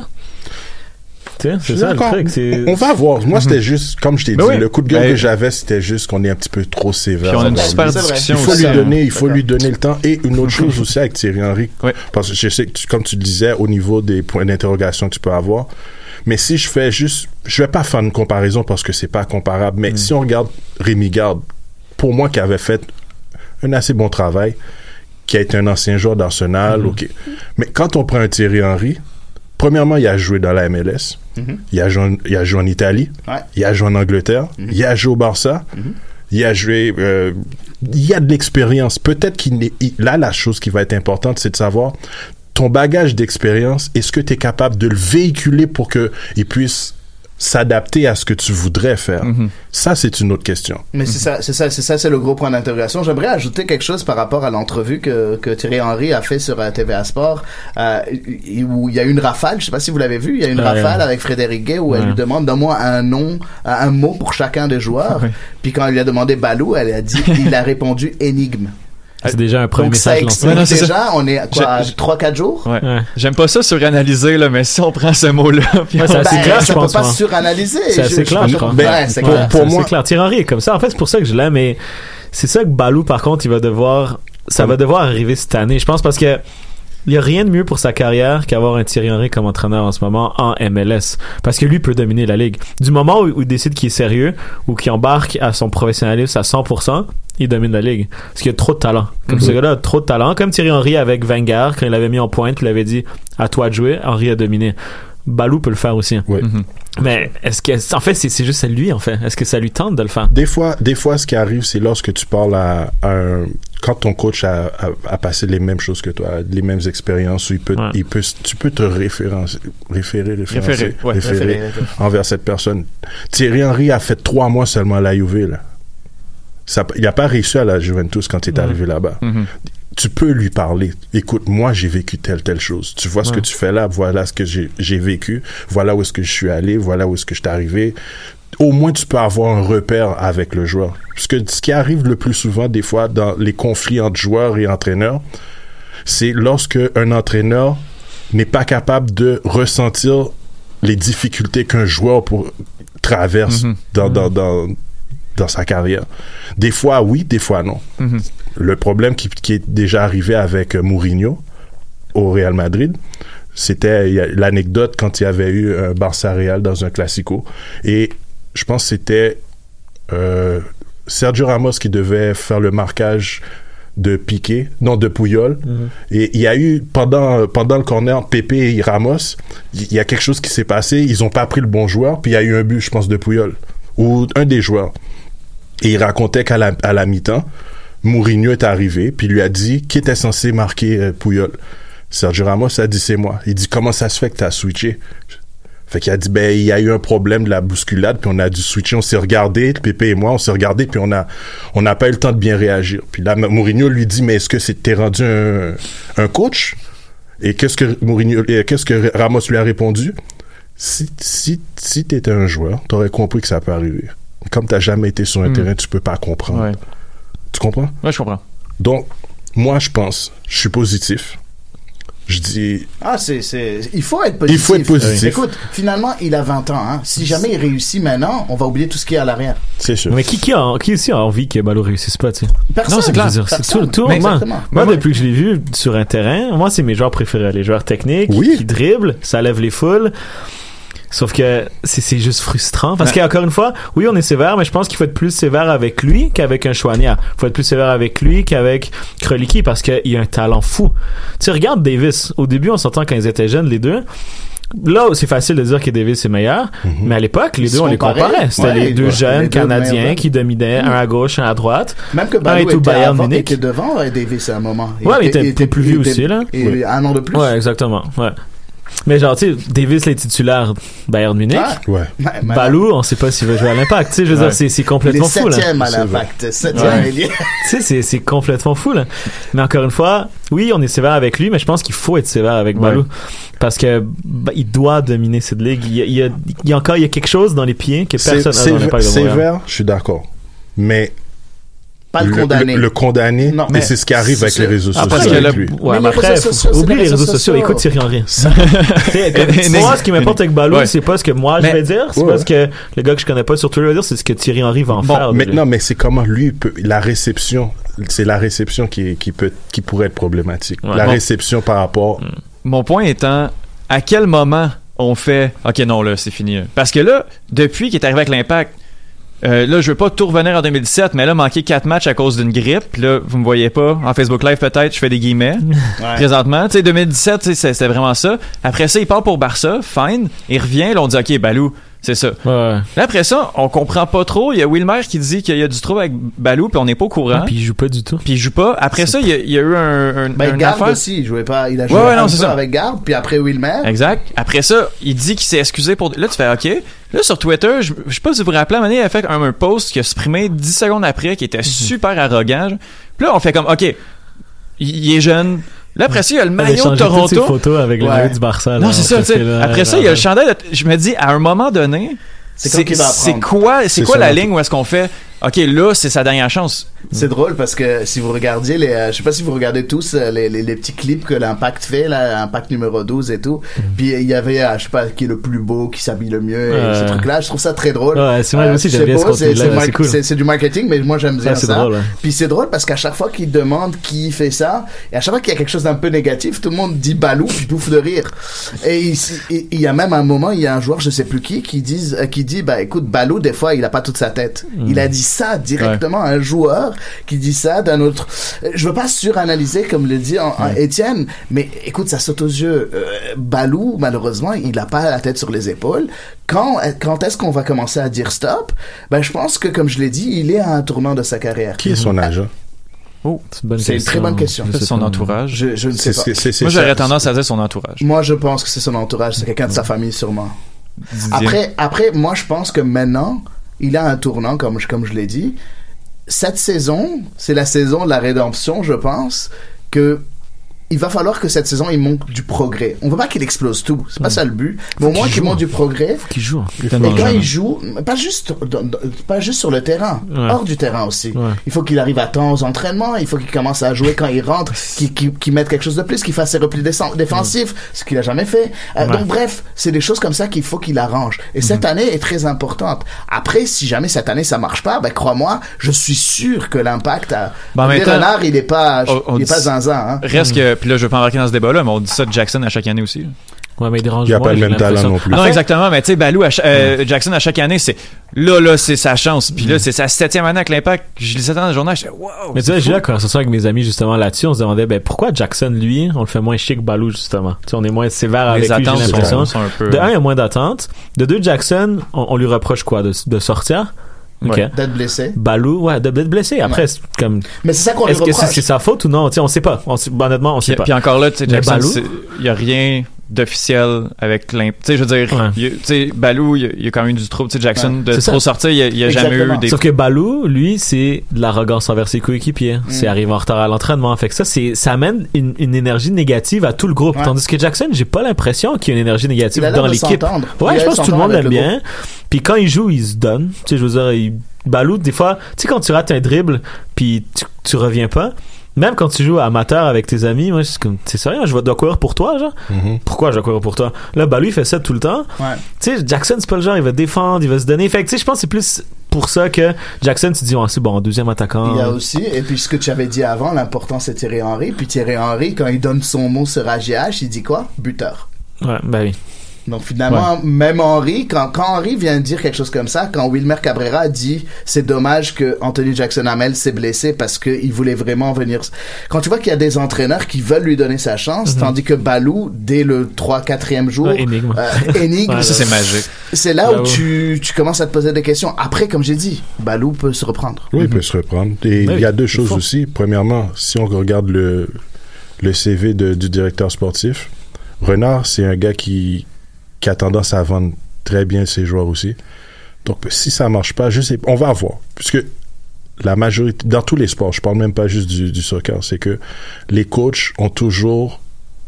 C'est ça le truc. On va voir. Moi, c'était juste, comme je t'ai dit, le coup de gueule que j'avais, c'était juste qu'on est un petit peu trop sévère. Puis on a une super discussion. Il faut lui donner le temps. Et une autre chose aussi avec Thierry Henry, parce que je sais que, comme tu le disais, au niveau des points d'interrogation que tu peux avoir, mais si je vais pas faire une comparaison parce que c'est pas comparable, mais si on regarde Rémi Garde, pour moi, qui avait fait un assez bon travail, qui a été un ancien joueur d'Arsenal, ok. Mais quand on prend un Thierry Henry, premièrement, il a joué dans la MLS. Il a joué en Italie. Il a joué en Angleterre. Il a joué au Barça. Il a joué... il y a de l'expérience. Peut-être là, la chose qui va être importante, c'est de savoir ton bagage d'expérience, est-ce que tu es capable de le véhiculer pour qu'il puisse s'adapter à ce que tu voudrais faire. Ça, c'est une autre question. Mais c'est le gros point d'interrogation. J'aimerais ajouter quelque chose par rapport à l'entrevue que Thierry Henry a fait sur TVA Sport, où il y a eu une rafale, je sais pas si vous l'avez vu, il y a une rafale avec Frédéric Gay où elle lui demande donne-moi un mot pour chacun des joueurs. Puis quand elle lui a demandé Balou, elle a dit, il a répondu énigme. C'est déjà un premier donc message lancé. Déjà, on est à quoi, à 3-4 jours? Ouais. J'aime pas ça suranalyser, là, mais si on prend ce mot-là, puis c'est assez clair, je pense. Ça peut pas suranalyser. C'est assez clair, je crois. C'est clair. Pour moi, c'est clair. Thierry Henry est comme ça. En fait, c'est pour ça que je l'aime, mais c'est ça que Balou, par contre, va devoir arriver cette année. Je pense parce que il y a rien de mieux pour sa carrière qu'avoir un Thierry Henry comme entraîneur en ce moment en MLS. Parce que lui peut dominer la ligue. Du moment où il décide qu'il est sérieux ou qu'il embarque à son professionnalisme à 100%, il domine la ligue. Parce qu'il y a trop de talent. Comme ce gars-là a trop de talent. Comme Thierry Henry avec Wenger, quand il l'avait mis en pointe, il avait dit à toi de jouer, Henry a dominé. Balou peut le faire aussi. Oui. Mais est-ce que, en fait, c'est juste à lui, en fait. Est-ce que ça lui tente de le faire? Des fois, ce qui arrive, c'est lorsque tu parles quand ton coach a passé les mêmes choses que toi, les mêmes expériences, où tu peux te référer envers cette personne. Thierry Henry a fait 3 mois seulement à la Juve, là. Il n'a pas réussi à la Juventus quand il est arrivé là-bas. Tu peux lui parler. Écoute, moi, j'ai vécu telle chose. Tu vois ce que tu fais là, voilà ce que j'ai vécu, voilà où est-ce que je suis allé, voilà où est-ce que je suis arrivé. Au moins, tu peux avoir un repère avec le joueur. Parce que ce qui arrive le plus souvent, des fois, dans les conflits entre joueurs et entraîneurs, c'est lorsque un entraîneur n'est pas capable de ressentir les difficultés qu'un joueur traverse dans sa carrière. Des fois, oui, des fois, non. Le problème qui est déjà arrivé avec Mourinho au Real Madrid, c'était l'anecdote quand il y avait eu un Barça-Real dans un Classico. Et je pense que c'était Sergio Ramos qui devait faire le marquage de Puyol. Et il y a eu, pendant le corner, Pépé et Ramos, il y a quelque chose qui s'est passé. Ils n'ont pas pris le bon joueur, puis il y a eu un but, je pense, de Puyol. Ou un des joueurs. Et il racontait qu'à la mi-temps, Mourinho est arrivé, puis lui a dit qui était censé marquer Puyol. Sergio Ramos a dit c'est moi. Il dit comment ça se fait que t'as switché? Fait qu'il a dit il y a eu un problème de la bousculade, puis on a dû switcher, on s'est regardé, Pépé et moi, on s'est regardé, puis on n'a pas eu le temps de bien réagir. Puis là, Mourinho lui dit mais est-ce que t'es rendu un coach? Et qu'est-ce que Ramos lui a répondu? Si t'étais un joueur, t'aurais compris que ça peut arriver. Comme t'as jamais été sur un terrain, tu peux pas comprendre. Ouais. Tu comprends? Ouais, je comprends. Donc, moi, je suis positif. Je dis... il faut être positif. Il faut être positif. Écoute, finalement, il a 20 ans. Hein. Si jamais il réussit maintenant, on va oublier tout ce qu'il y a à l'arrière. C'est sûr. Mais qui ici a envie que Balou réussisse pas, tu sais? Personne. Non, c'est clair. C'est tout. Moi, depuis que je l'ai vu sur un terrain, moi, c'est mes joueurs préférés. Les joueurs techniques, qui dribblent, ça lève les foules. Sauf que c'est juste frustrant parce qu'encore une fois, oui, on est sévère, mais je pense qu'il faut être plus sévère avec lui qu'avec un Chouanière. Il faut être plus sévère avec lui qu'avec Kroliki parce qu'il a un talent fou. Tu sais, regarde Davis. Au début, on s'entend quand ils étaient jeunes, les deux. Là, c'est facile de dire que Davis est meilleur, mais à l'époque, les deux, on les comparait. C'était les deux jeunes Canadiens qui dominaient, un à gauche, un à droite. Même que Balou était devant Davis à un moment. Il était plus vieux aussi, là. Et un an de plus. Ouais, exactement. Ouais. Mais genre, tu sais, Davis, les titulaires Bayern Munich. Balou, on sait pas s'il va jouer à l'Impact. Tu sais, je veux dire, c'est complètement fou, là. Les 7e à l'Impact. 7e. Tu sais, c'est complètement fou, là. Mais encore une fois, oui, on est sévère avec lui, mais je pense qu'il faut être sévère avec Balou. Parce que, il doit dominer cette ligue. Il y a quelque chose dans les pieds que personne n'a dans l'Impact de Montréal. Sévère, je suis d'accord. Mais, le condamner, non, mais c'est ce qui arrive avec les réseaux sociaux. Parce que après, oublie les réseaux sociaux. Écoute Thierry Henry. Moi, ce qui m'importe avec Balou, c'est pas ce que moi je vais dire, c'est pas ce que le gars que je connais pas sur Twitter va dire, c'est ce que Thierry Henry va en faire. Non, mais c'est comment lui peut, la réception, c'est la réception qui pourrait être problématique. La réception par rapport. Mon point étant, à quel moment on fait, ok, non, là, c'est fini. Parce que là, depuis qu'il est arrivé avec l'Impact, là, je veux pas tout revenir en 2017, mais là, manquer 4 matchs à cause d'une grippe. Là, vous me voyez pas. En Facebook Live, peut-être, je fais des guillemets. Présentement, tu sais, 2017, c'était vraiment ça. Après ça, il part pour Barça, fine. Il revient, là, on dit, OK, Balou, C'est ça. Ouais. Là, après ça, on comprend pas trop. Il y a Wilmer qui dit qu'il y a du trouble avec Balou, puis on n'est pas au courant. Puis il joue pas du tout. Puis il joue pas. Après ça, il y a eu un Garde affaire. aussi, il jouait pas. Il a joué un peu avec Garde, puis après Wilmer. Exact. Après ça, il dit qu'il s'est excusé pour... Là, tu fais OK. Là, sur Twitter, je sais pas si vous vous rappelez, à un moment donné, il a fait un post qui a supprimé 10 secondes après, qui était super arrogant. Puis là, on fait comme OK, il est jeune. Là, après ça, il y a le maillot de Toronto. Toutes ses photos avec le maillot du Barça. Non, c'est ça, tu sais. Après ça, il y a le chandail. Je me dis, à un moment donné, c'est quoi la ligne où est-ce qu'on fait OK, là, c'est sa dernière chance. C'est drôle parce que si vous regardiez je sais pas si vous regardez tous les petits clips que l'Impact fait, là, Impact numéro 12 et tout. Puis il y avait, je sais pas, qui est le plus beau, qui s'habille le mieux, et ce truc-là. Je trouve ça très drôle. Ouais, c'est moi aussi, j'aime bien ce contenu-là. C'est cool. C'est du marketing, mais moi, j'aime bien ça. Drôle, ouais. Puis c'est drôle parce qu'à chaque fois qu'ils demandent qui fait ça, et à chaque fois qu'il y a quelque chose d'un peu négatif, tout le monde dit Balou, puis bouffe de rire. Et il y a même un moment, il y a un joueur, je sais plus qui dit, bah, écoute, Balou, des fois, il a pas toute sa tête. Il a dit ça directement à un joueur qui dit ça d'un autre. Je veux pas suranalyser comme le dit Étienne, mais écoute, ça saute aux yeux. Balou, malheureusement, il a pas la tête sur les épaules. Quand est-ce qu'on va commencer à dire stop? Ben, je pense que, comme je l'ai dit, il est à un tournant de sa carrière. Qui est son agent? Oh, c'est une très bonne question. C'est son entourage. Je ne sais pas. Moi, j'aurais tendance à dire son entourage. Moi, je pense que c'est son entourage. C'est quelqu'un de sa famille, sûrement. Après, moi, je pense que maintenant, il a un tournant, comme je l'ai dit. Cette saison, c'est la saison de la rédemption, je pense, que il va falloir que cette saison, il montre du progrès. On veut pas qu'il explose tout. C'est pas ça le but. Mais au moins qu'il montre du progrès. Faut qu'il joue. Et quand il joue, pas juste sur le terrain, hors du terrain aussi. Ouais. Il faut qu'il arrive à temps aux entraînements. Il faut qu'il commence à jouer quand il rentre, qu'il mette quelque chose de plus, qu'il fasse ses replis défensifs, ce qu'il a jamais fait. Donc bref, c'est des choses comme ça qu'il faut qu'il arrange. Et cette année est très importante. Après, si jamais cette année ça marche pas, ben crois-moi, je suis sûr que l'impact Renard, il est pas zinzin. Hein. Reste que puis là, je veux pas embarquer dans ce débat-là, mais on dit ça de Jackson à chaque année aussi. Là. Ouais, mais il n'y a pas le même talent non plus. Non, exactement, mais tu sais, Balou, Jackson à chaque année, c'est là, c'est sa chance. Puis là, c'est sa 7e année avec l'Impact. Je lisais dans le journal, je disais, wow. Mais tu sais, j'ai eu la conversation avec mes amis justement là-dessus. On se demandait, pourquoi Jackson, lui, on le fait moins chier que Balou, justement. Tu sais, on est moins sévère avec lui, j'ai l'impression. Sont un peu... De un, il y a moins d'attentes. De deux, Jackson, on lui reproche quoi? De sortir? Okay. Ouais. D'être blessé. Balou, d'être blessé. Après, c'est comme. Mais c'est ça qu'on lui reproche. Est-ce que c'est sa faute ou non? T'sais, on sait pas. Honnêtement, on sait pas. Puis encore là, tu sais, Jackson, il y a rien d'officiel avec tu sais, je veux dire, tu sais, Balou, il y a quand même eu du trouble. Tu sais, Jackson, de trop sortir, il y a jamais eu des... Sauf que Balou, lui, c'est de l'arrogance envers ses coéquipiers. C'est arriver en retard à l'entraînement. Fait que ça amène une énergie négative à tout le groupe. Tandis que Jackson, j'ai pas l'impression qu'il y a une énergie négative dans l'équipe. Ouais, je pense que tout le monde l'aime bien. Puis quand il joue, il se donne. Tu sais, je veux dire, Balou, des fois, tu sais, quand tu rates un dribble, puis tu reviens pas, même quand tu joues amateur avec tes amis, moi, c'est comme, c'est sérieux, je dois courir pour toi, genre. Pourquoi je dois courir pour toi? Là, Balou, il fait ça tout le temps. Ouais. Tu sais, Jackson, c'est pas le genre, il va défendre, il va se donner. Fait que, tu sais, je pense que c'est plus pour ça que Jackson, tu dis, c'est bon, deuxième attaquant. Il y a aussi, et puis ce que tu avais dit avant, l'important, c'est Thierry Henry. Puis Thierry Henry, quand il donne son mot sur AGH, il dit quoi? Buteur. Ouais, oui. Donc finalement, même Henry, quand Henry vient dire quelque chose comme ça, quand Wilmer Cabrera dit c'est dommage que Anthony Jackson-Hamel s'est blessé parce qu'il voulait vraiment venir. Quand tu vois qu'il y a des entraîneurs qui veulent lui donner sa chance, tandis que Balou, dès le 3-4e jour, énigme. Ça c'est magique. C'est là où tu commences à te poser des questions. Après, comme j'ai dit, Balou peut se reprendre. Oui, il peut se reprendre. Et il y a deux choses aussi. Premièrement, si on regarde le CV du directeur sportif, Renard, c'est un gars qui a tendance à vendre très bien ses joueurs aussi. Donc, si ça marche pas, on va voir. Puisque la majorité, dans tous les sports, je parle même pas juste du soccer, c'est que les coachs ont toujours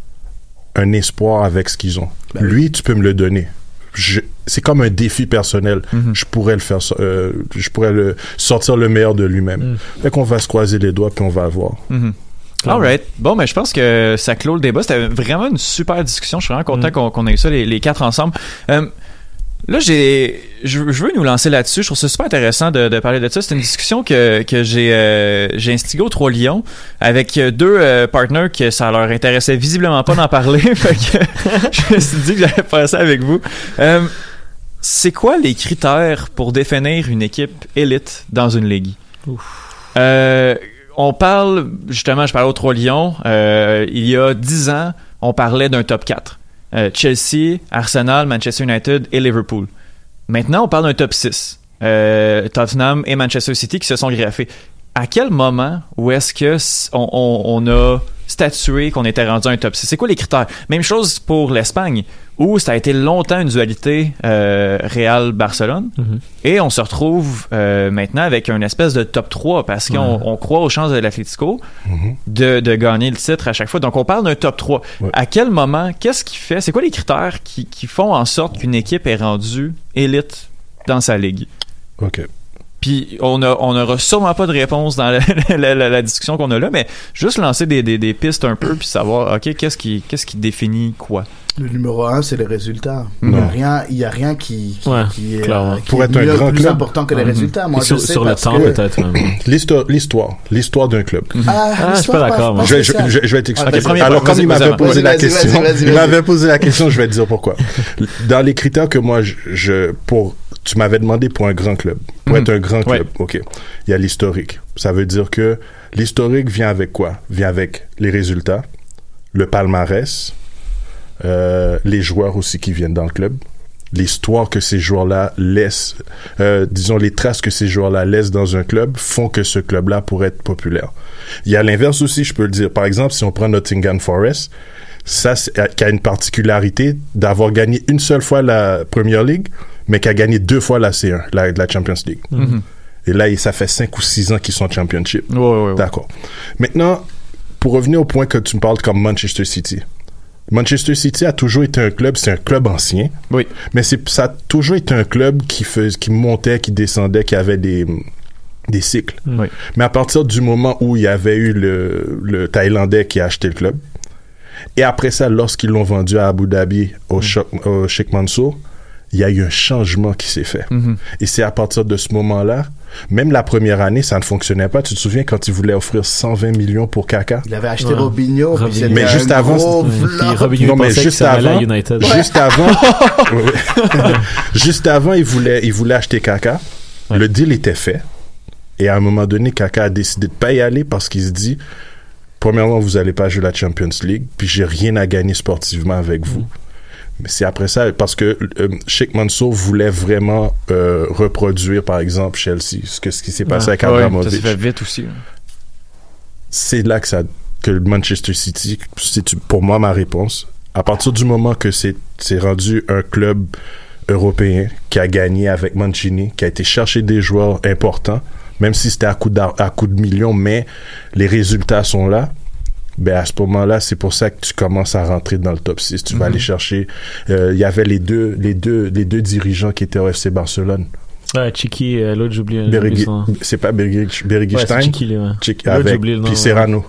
un espoir avec ce qu'ils ont. Lui, tu peux me le donner. C'est comme un défi personnel. Je pourrais le faire, je pourrais sortir le meilleur de lui-même. Fait qu'on va se croiser les doigts puis on va voir. Alright. Bon, mais je pense que ça clôt le débat. C'était vraiment une super discussion. Je suis vraiment content qu'on ait eu ça les quatre ensemble. Là, je veux nous lancer là-dessus. Je trouve ça super intéressant de parler de ça. C'est une discussion que j'ai instigée au Trois Lions avec deux partners que ça leur intéressait visiblement pas d'en parler. Fait que je me suis dit que j'allais faire ça avec vous. C'est quoi les critères pour définir une équipe élite dans une ligue? On parle, justement, je parlais aux Trois Lions, il y a 10 ans, on parlait d'un top 4. Chelsea, Arsenal, Manchester United et Liverpool. Maintenant, on parle d'un top 6. Tottenham et Manchester City qui se sont greffés. À quel moment où est-ce que on a statué qu'on était rendu à un top 6? C'est quoi les critères? Même chose pour l'Espagne, où ça a été longtemps une dualité Real-Barcelone, et on se retrouve maintenant avec une espèce de top 3 parce qu'on croit aux chances de l'Atlético de gagner le titre à chaque fois. Donc on parle d'un top 3. À quel moment, qu'est-ce qui fait, c'est quoi les critères qui font en sorte qu'une équipe est rendue élite dans sa ligue? OK. Puis on n'aura sûrement pas de réponse dans la discussion qu'on a là, mais juste lancer des pistes un peu puis savoir, OK, qu'est-ce qui définit quoi? Le numéro 1, c'est les résultats. Il y a rien qui est pour être un grand plus club important que les résultats. Moi, je sais sur le temps peut-être. L'histoire d'un club. Je suis pas d'accord. Moi. Je vais t'expliquer. Alors comme il m'avait posé la question, je vais te dire pourquoi. Dans les critères que moi tu m'avais demandé pour un grand club. Pour être un grand club, OK. Il y a l'historique. Ça veut dire que l'historique vient avec quoi? Vient avec les résultats, le palmarès, les joueurs aussi qui viennent dans le club, l'histoire que ces joueurs-là laissent, disons les traces que ces joueurs-là laissent dans un club font que ce club-là pourrait être populaire. Il y a l'inverse aussi, je peux le dire. Par exemple, si on prend Nottingham Forest, ça qui a une particularité d'avoir gagné une seule fois la Premier League, mais qui a gagné 2 fois la C1, la Champions League. Et là, ça fait 5 ou 6 ans qu'ils sont Championship. D'accord. Maintenant, pour revenir au point que tu me parles comme Manchester City. Manchester City a toujours été un club, c'est un club ancien. Oui. Mais ça a toujours été un club qui montait, qui descendait, qui avait des cycles. Oui. Mais à partir du moment où il y avait eu le Thaïlandais qui a acheté le club, et après ça, lorsqu'ils l'ont vendu à Abu Dhabi au Sheikh Mansour, il y a eu un changement qui s'est fait. Et c'est à partir de ce moment-là, même la première année, ça ne fonctionnait pas. Tu te souviens quand ils voulaient offrir 120 millions pour Kaka? Il avait acheté Robinho. Mais juste avant, juste avant, il voulait acheter Kaka. Ouais. Le deal était fait. Et à un moment donné, Kaka a décidé de pas y aller parce qu'il se dit, premièrement, vous allez pas jouer la Champions League, puis j'ai rien à gagner sportivement avec vous. Mais c'est après ça, parce que Sheikh Mansour voulait vraiment reproduire, par exemple, Chelsea, ce qui s'est passé avec Abramovich. Ça s'est fait vite aussi. C'est là que Manchester City, c'est pour moi ma réponse. À partir du moment que c'est rendu un club européen qui a gagné avec Mancini, qui a été chercher des joueurs importants, même si c'était à coup de millions, mais les résultats sont là. Ben à ce moment-là, c'est pour ça que tu commences à rentrer dans le top 6. Tu vas aller chercher. Il y avait les deux dirigeants qui étaient au FC Barcelone. Ouais, Chiki, l'autre j'oublie. C'est pas Bergstein. Ouais, c'est Chiki, ouais. Avec puis Serrano.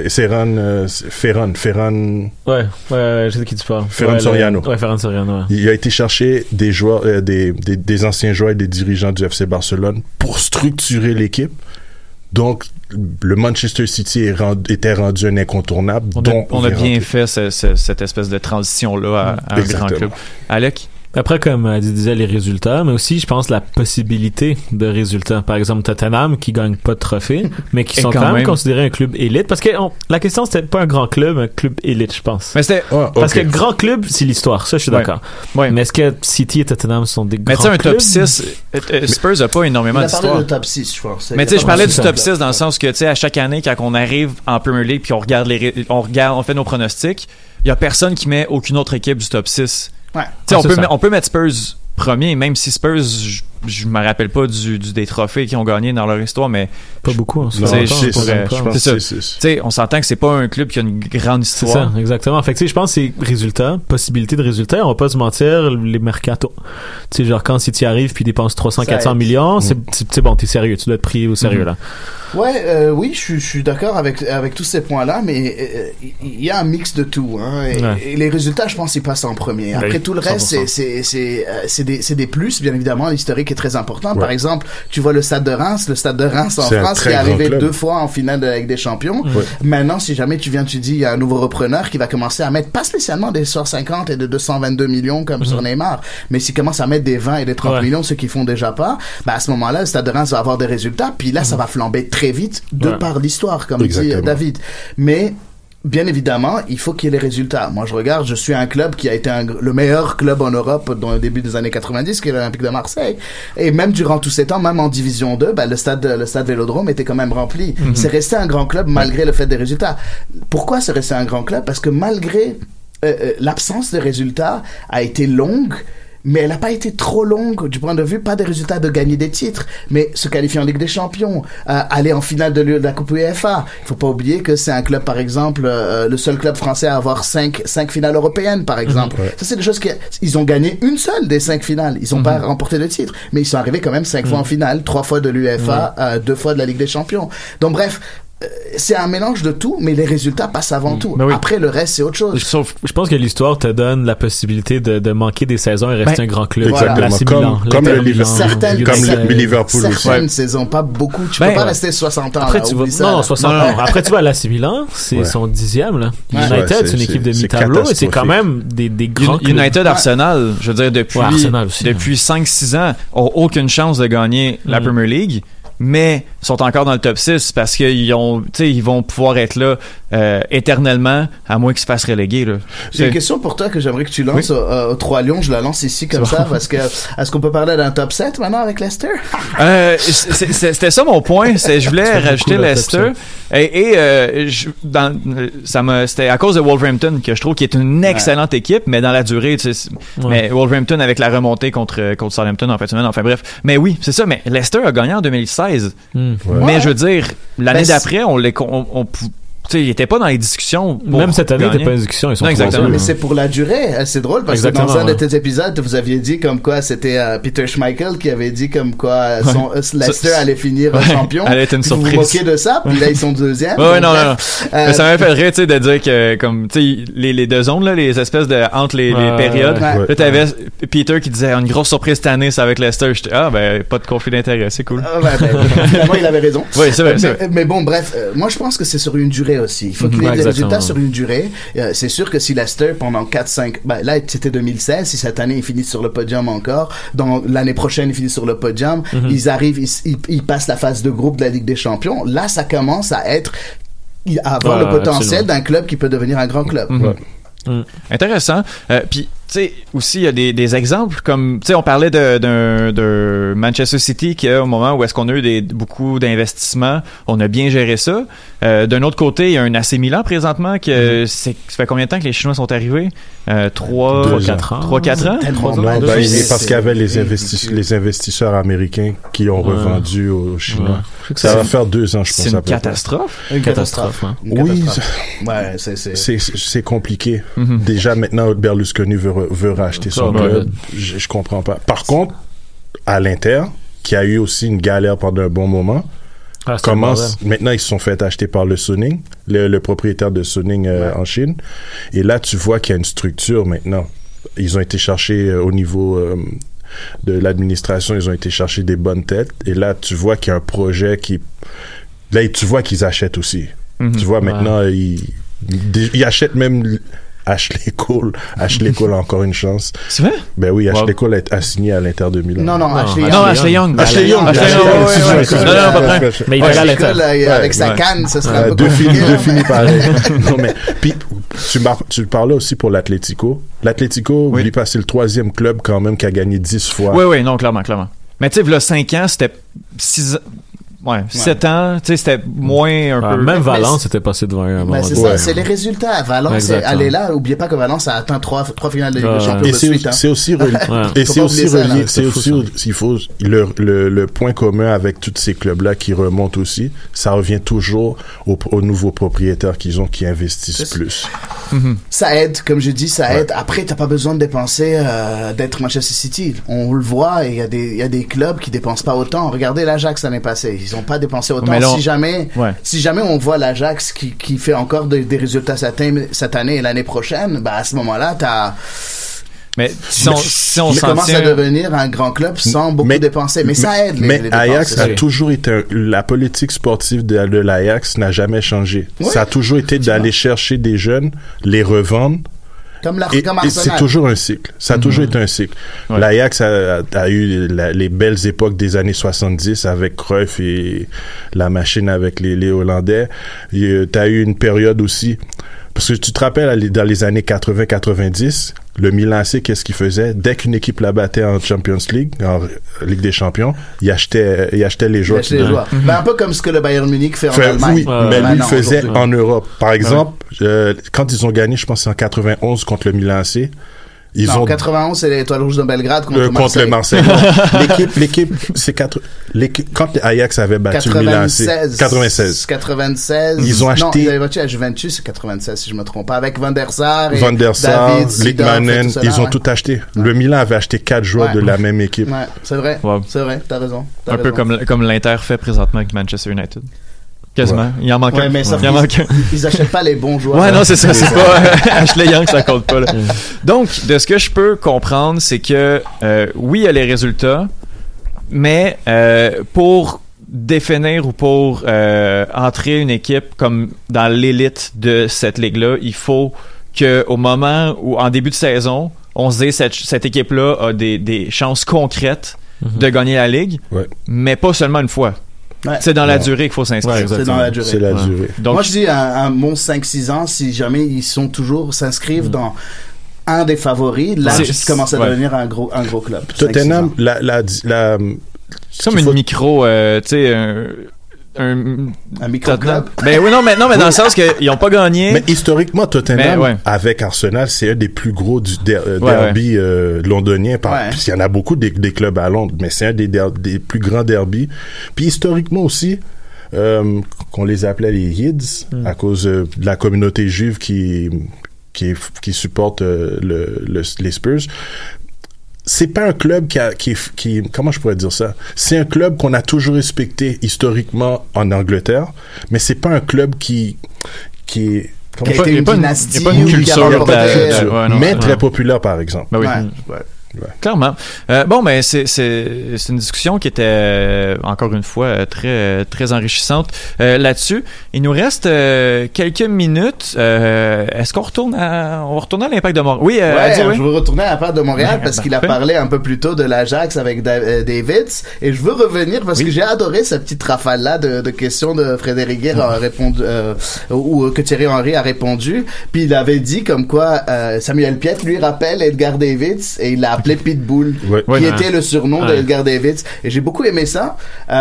Ferran. Ouais, je sais de qui tu parles. Ferran Soriano. Ferran Soriano. Ouais. Il a été chercher des joueurs, des anciens joueurs et des dirigeants du FC Barcelone pour structurer l'équipe. Donc, le Manchester City était rendu un incontournable. On a bien fait cette espèce de transition-là à un grand club. Alec? Après, comme Adi disait, les résultats, mais aussi, je pense, la possibilité de résultats. Par exemple, Tottenham, qui gagne pas de trophée, mais qui sont quand même considérés un club élite. Parce que la question, c'était pas un grand club, un club élite, je pense. Mais c'était... Parce que grand club, c'est l'histoire. Ça, je suis d'accord. Ouais. Mais est-ce que City et Tottenham sont des grands clubs? Mais tu sais, un top 6, Spurs a pas énormément d'histoire. Il a parlé de top 6, je pense. Mais tu sais, je parlais du top 6 dans le sens que, tu sais, à chaque année, quand on arrive en Premier League, puis on fait nos pronostics, il y a personne qui met aucune autre équipe du top 6. Ouais. On peut mettre Spurs premier, même si Spurs, je me rappelle pas des trophées qu'ils ont gagnés dans leur histoire, mais pas beaucoup. On s'entend que c'est pas un club qui a une grande histoire. C'est ça, exactement. Fait que je pense que c'est résultats, possibilité de résultats. On va pas se mentir, les mercato. Tu sais, genre quand City arrive puis dépense 300-400 millions, c'est bon, t'es sérieux, tu dois être pris au sérieux là. Ouais, oui, je suis d'accord avec tous ces points-là, mais il y a un mix de tout, hein, et les résultats, je pense, ils passent en premier. Après tout le reste, c'est des plus, bien évidemment. L'historique est très important. Par exemple, tu vois le Stade de Reims en France qui est arrivé 2 fois en finale avec des champions. Maintenant, si jamais tu dis, il y a un nouveau repreneur qui va commencer à mettre pas spécialement des 150 et de 222 millions comme sur Neymar, mais s'il commence à mettre des 20 et des 30 millions, ceux qui font déjà pas, à ce moment-là, le Stade de Reims va avoir des résultats, puis là, ça va flamber très vite par l'histoire, comme dit David. Mais bien évidemment, il faut qu'il y ait les résultats. Moi, je suis un club qui a été le meilleur club en Europe dans le début des années 90, qui est l'Olympique de Marseille. Et même durant tous ces temps, même en Division 2, le stade Vélodrome était quand même rempli. C'est resté un grand club malgré le fait des résultats. Pourquoi c'est resté un grand club? Parce que malgré l'absence de résultats a été longue, mais elle n'a pas été trop longue du point de vue, pas des résultats de gagner des titres, mais se qualifier en Ligue des Champions, aller en finale de la Coupe UEFA. Il faut pas oublier que c'est un club, par exemple, le seul club français à avoir 5 finales européennes, par exemple. Ça, c'est des choses ils ont gagné une seule des 5 finales. Ils ont pas remporté de titre, mais ils sont arrivés quand même 5 fois en finale, 3 fois de l'UEFA, 2 fois de la Ligue des Champions. Donc, bref, c'est un mélange de tout, mais les résultats passent avant tout. Oui. Après, le reste, c'est autre chose. Je pense que l'histoire te donne la possibilité de manquer des saisons et rester un grand club. Exactement. Comme le Liverpool aussi. Certaines saisons, pas beaucoup. Tu peux pas rester 60 ans. Après, là, 60 ans. Après, tu vas à l'AC Milan, c'est son 10e, là. United, c'est une équipe de mi-tableau, et c'est quand même des grands clubs. United, Arsenal, je veux dire, depuis 5-6 ans, ont aucune chance de gagner la Premier League, mais sont encore dans le top 6 parce qu'ils vont pouvoir être là éternellement, à moins qu'ils se fassent reléguer. Là. J'ai une question pour toi que j'aimerais que tu lances au 3 Lions. Je la lance ici comme ça parce que est-ce qu'on peut parler d'un top 7 maintenant avec Leicester? C'était ça mon point. Je voulais rajouter Leicester c'était à cause de Wolverhampton que je trouve qu'il est une excellente équipe, mais dans la durée, mais Wolverhampton avec la remontée contre Southampton en fin de semaine. Enfin bref, mais oui, c'est ça. Mais Leicester a gagné en 2016. Mais je veux dire, l'année d'après, il n'était pas dans les discussions. Même cette année, il n'était pas dans les discussions. Ils sont exactement. Mais c'est pour la durée. C'est drôle parce que dans un de tes épisodes, vous aviez dit comme quoi c'était Peter Schmeichel qui avait dit comme quoi Leicester allait finir champion. Elle était une surprise. Vous vous moquez de ça, puis là ils sont deuxième. Non. Mais ça m'a fait rire, de dire que comme les deux zones là, les espèces de entre les périodes. Là, t'avais Peter qui disait une grosse surprise cette année, c'est avec Leicester. J'étais pas de conflit d'intérêt, c'est cool. Finalement, il avait raison. Oui, c'est vrai. Mais bon, bref, moi je pense que c'est sur une durée aussi. Il faut qu'il y ait des résultats sur une durée. C'est sûr que si Leicester, pendant 4-5... là, c'était 2016. Si cette année, ils finissent sur le podium encore, dans l'année prochaine, ils finissent sur le podium, ils arrivent, ils passent la phase de groupe de la Ligue des Champions. Là, ça commence à avoir le potentiel d'un club qui peut devenir un grand club. Intéressant. Puis, tu sais, aussi, il y a des exemples comme, tu sais, on parlait de Manchester City qui, au moment où est-ce qu'on a eu beaucoup d'investissements, on a bien géré ça. D'un autre côté, il y a un AC Milan présentement ça fait combien de temps que les Chinois sont arrivés? 3-4 ans. 3-4 ans? Parce qu'il y avait les investisseurs américains qui ont revendu aux Chinois. Ça va faire 2 ans, je pense. C'est une catastrophe? Une catastrophe, hein. Oui. Ouais, c'est compliqué. Déjà, maintenant, Berlusconi veut racheter son club. Je comprends pas. Par contre, à l'Inter, qui a eu aussi une galère pendant un bon moment, maintenant ils se sont fait acheter par le Suning, le propriétaire de Suning en Chine. Et là, tu vois qu'il y a une structure maintenant. Ils ont été chercher au niveau de l'administration, ils ont été chercher des bonnes têtes. Et là, tu vois qu'il y a un projet Là, tu vois qu'ils achètent aussi. Tu vois, maintenant, ils achètent même... Ashley Cole a encore une chance. C'est vrai? Ben oui, Ashley Cole a signé à l'Inter de Milan. Non, Ashley Young. Mais il va à l'Inter. Avec sa canne, ce sera un peu deux finis pareil. Non, mais, puis, tu parlais aussi pour l'Atlético. L'Atlético, lui, c'est le 3e club quand même qui a gagné 10 fois. Oui, non, clairement. Mais tu sais, là, 5 ans, c'était 7 ans, tu sais, c'était moins un peu. Même Valence était passé devant un moment. C'est ça, c'est les résultats. Valence, elle est là. Oubliez pas que Valence a atteint 3 finales de Ligue des Champions de suite. C'est aussi relié. C'est aussi, s'il faut, le point commun avec tous ces clubs-là qui remontent aussi, ça revient toujours aux nouveaux propriétaires qu'ils ont qui investissent plus. Ça aide, comme je dis, ça aide. Après, t'as pas besoin de dépenser, d'être Manchester City. On le voit, il y a des clubs qui dépensent pas autant. Regardez l'Ajax l'année passée. Ils ont pas dépensé autant. Si jamais on voit l'Ajax qui fait encore des résultats cette année et l'année prochaine, à ce moment-là, mais si on commence à devenir un grand club sans beaucoup dépenser. Mais ça aide. Mais Ajax a toujours été la politique sportive de l'Ajax n'a jamais changé. Ça a toujours été d'aller chercher des jeunes, les revendre Et c'est toujours un cycle. Ça a toujours été un cycle. Ouais. L'Ajax a eu les belles époques des années 70 avec Cruyff et la machine avec les Hollandais. T'as eu une période aussi, parce que tu te rappelles, dans les années 80-90, le Milan AC, qu'est-ce qu'il faisait? Dès qu'une équipe la battait en Champions League, en Ligue des Champions, il achetait les joueurs. Ben, un peu comme ce que le Bayern Munich fait en Allemagne. Oui, mais lui, il faisait en Europe. Par exemple, quand ils ont gagné, je pense, c'est en 91 contre le Milan AC. En 91, c'est l'Étoile Rouge de Belgrade contre le Marseille. l'équipe, c'est quand Ajax avait battu le Milan AC. 96. Ils ont acheté. Non, ils avaient battu à Juventus, c'est 96, si je me trompe pas. Avec Van der Sar, Littmanen, ils ont tout acheté. Le Milan avait acheté 4 joueurs de la même équipe. Ouais, c'est vrai. C'est vrai, t'as raison. Peu comme l'Inter fait présentement avec Manchester United. Quasiment. Ouais. Il en manque un. Mais ils achètent pas les bons joueurs. Ouais, non, c'est ça. C'est pas Ashley Young, ça compte pas. Là. Donc, de ce que je peux comprendre, c'est que oui, il y a les résultats, mais pour définir ou pour entrer une équipe comme dans l'élite de cette ligue-là, il faut qu'au moment où, en début de saison, on se dise cette équipe-là a des chances concrètes de gagner la ligue, mais pas seulement une fois. Ouais. C'est dans la durée qu'il faut s'inscrire. C'est dans la durée. C'est la durée. Donc, moi, je dis un bon 5-6 ans, si jamais ils s'inscrivent dans un des favoris, là, ils commencent à devenir un gros club. Tottenham, c'est comme une micro, tu sais, un micro-club. Ben oui, non, mais dans le sens qu'ils ont pas gagné. Mais historiquement, Tottenham, avec Arsenal, c'est un des plus gros du derby londonien. Puis il y en a beaucoup des clubs à Londres, mais c'est un des plus grands derbys. Puis historiquement aussi, qu'on les appelait les Yids, à cause de la communauté juive qui supporte les Spurs. C'est pas un club qui comment je pourrais dire ça? C'est un club qu'on a toujours respecté historiquement en Angleterre, mais c'est pas un club qui est qui a été une dynastie, pas une culture, mais très populaire par exemple. Ben oui. Ouais. Clairement. Bon, ben c'est une discussion qui était encore une fois très très enrichissante là-dessus. Il nous reste quelques minutes. Est-ce qu'on retourne à l'Impact de Montréal? Oui, je veux retourner à l'Impact de Montréal parce qu'il a parlé un peu plus tôt de l'Ajax avec Davids et je veux revenir parce que j'ai adoré cette petite rafale là de questions de Frédéric Guerre a répondu ou que Thierry Henry a répondu. Puis il avait dit comme quoi Samuel Piette lui rappelle Edgar Davids et il l'a appelé Pitbull, qui était le surnom d'Edgar Davids. Et j'ai beaucoup aimé ça.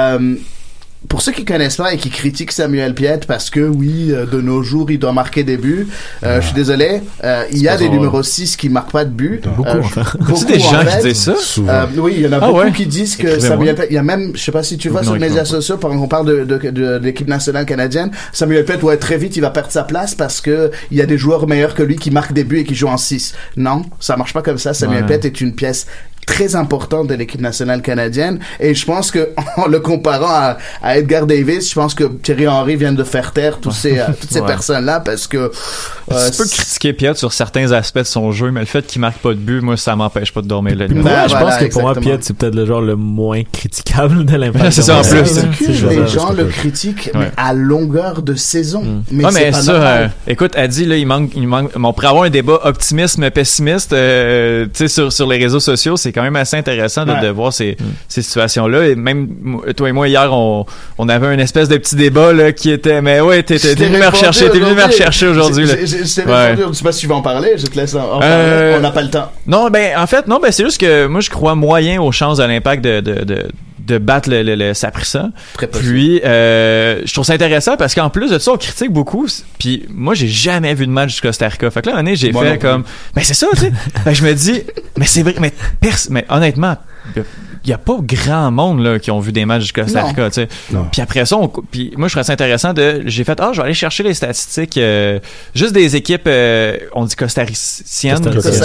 Pour ceux qui connaissent pas et qui critiquent Samuel Piette parce que de nos jours il doit marquer des buts, je suis désolé, il y a des numéros 6 qui marquent pas de but. C'est des gens qui disent ça. Oui, il y en a beaucoup qui disent que Samuel Piette, il y a même, je sais pas si tu vois sur les médias sociaux, quand on parle de l'équipe nationale canadienne, Samuel Piette très vite il va perdre sa place parce que il y a des joueurs meilleurs que lui qui marquent des buts et qui jouent en 6. Non, ça marche pas comme ça. Samuel Piette est une pièce très importante de l'équipe nationale canadienne et je pense que en le comparant à Edgar Davis, je pense que Thierry Henry vient de faire taire toutes ces personnes-là parce que tu peux critiquer Piette sur certains aspects de son jeu, mais le fait qu'il marque pas de but, moi ça m'empêche pas de dormir la nuit. Je pense que pour moi Piette c'est peut-être le genre le moins critiquable de l'Impact. C'est ça en plus. Les gens le critiquent mais à longueur de saison. Mais c'est pas normal. Écoute, Adi là, il manque on pourrait avoir un débat optimisme pessimiste tu sais sur les réseaux sociaux, c'est quand même assez intéressant de voir ces situations-là. Et même toi et moi hier, on avait une espèce de petit débat là qui était mais t'es venu me rechercher aujourd'hui. Je sais pas si tu vas en parler, je te laisse en parler. On n'a pas le temps. Non, c'est juste que moi je crois moyen aux chances de l'Impact de battre le Saprissa. Puis je trouve ça intéressant parce qu'en plus de ça on critique beaucoup, puis moi j'ai jamais vu de match du Costa Rica. Fait que là un année j'ai fait comme c'est ça, tu sais. Je me dis mais c'est vrai, mais honnêtement il y a pas grand monde là qui ont vu des matchs du Costa Rica, tu sais. Puis après ça puis moi je trouve ça intéressant j'ai fait je vais aller chercher les statistiques juste des équipes on dit costariciennes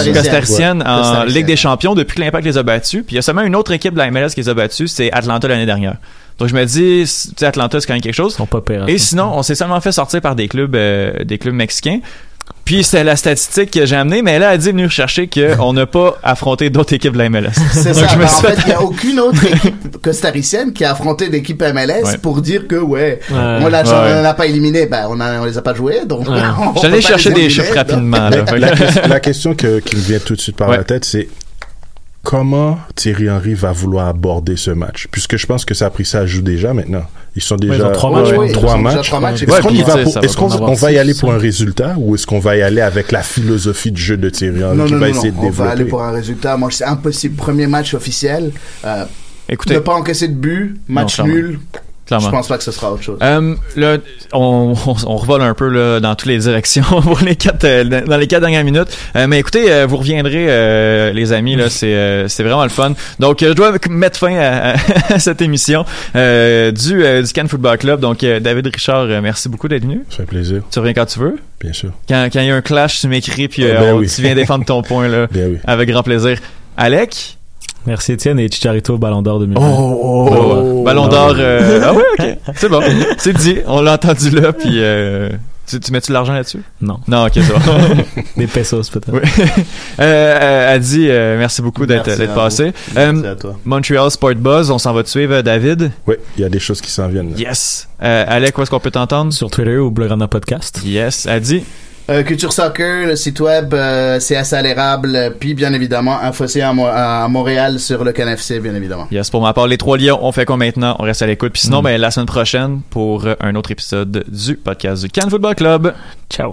en Ligue des Champions depuis que l'Impact les a battus. Puis il y a seulement une autre équipe de la MLS qui les a battus, c'est Atlanta l'année dernière. Donc je me dis, tu sais, Atlanta c'est quand même quelque chose. Ils sont pas pires. Et sinon, on s'est seulement fait sortir par des clubs mexicains. Puis c'est la statistique que j'ai amenée, mais là, elle dit venir chercher qu'on n'a pas affronté d'autres équipes de la MLS. C'est ça. En fait, il n'y a aucune autre équipe costaricienne qui a affronté d'équipe MLS pour dire que, on l'a pas éliminé. Ben, on les a pas joués, donc. J'allais chercher des chiffres rapidement, là. La question qui me vient tout de suite par la tête, c'est comment Thierry Henry va vouloir aborder ce match? Puisque je pense que ça a pris ça joue déjà maintenant. Ils sont déjà 3 matchs. Est-ce qu'on va y aller pour un résultat ou est-ce qu'on va y aller avec la philosophie de jeu de Thierry Henry qui va essayer de développer? On va aller pour un résultat. Moi, c'est impossible. Premier match officiel. Écoutez, ne pas encaisser de but, match nul. Clairement. Je pense pas que ce sera autre chose. Là, on revole un peu là, dans toutes les directions pour dans les 4 dernières minutes. Mais écoutez, vous reviendrez, les amis. Là, c'est vraiment le fun. Donc, je dois mettre fin à cette émission du Cannes Football Club. Donc, David Richard, merci beaucoup d'être venu. Ça fait plaisir. Tu reviens quand tu veux. Bien sûr. Quand il y a un clash, tu m'écris puis tu viens défendre ton point là, avec grand plaisir. Alec. Merci Étienne et Chicharito Ballon d'Or 2020. Ballon d'Or. Ah oui, ok. C'est bon. C'est dit. On l'a entendu là. Puis tu mets-tu de l'argent là-dessus? Non. Non, ok, ça va. Des pesos peut-être. Oui. Adi, merci beaucoup d'être passé. Merci à toi. Montreal Sport Buzz, on s'en va te suivre, David? Oui, il y a des choses qui s'en viennent. Là. Yes. Alec, où est-ce qu'on peut t'entendre? Sur Twitter ou Blogana Podcast. Yes. Adi? Culture Soccer, le site web, CS à l'érable, puis bien évidemment un fossé à Montréal sur le CanFC, bien évidemment. Yes, pour ma part, les 3 lions, on fait quoi maintenant? On reste à l'écoute. Puis sinon, la semaine prochaine, pour un autre épisode du podcast du Cannes Football Club. Ciao.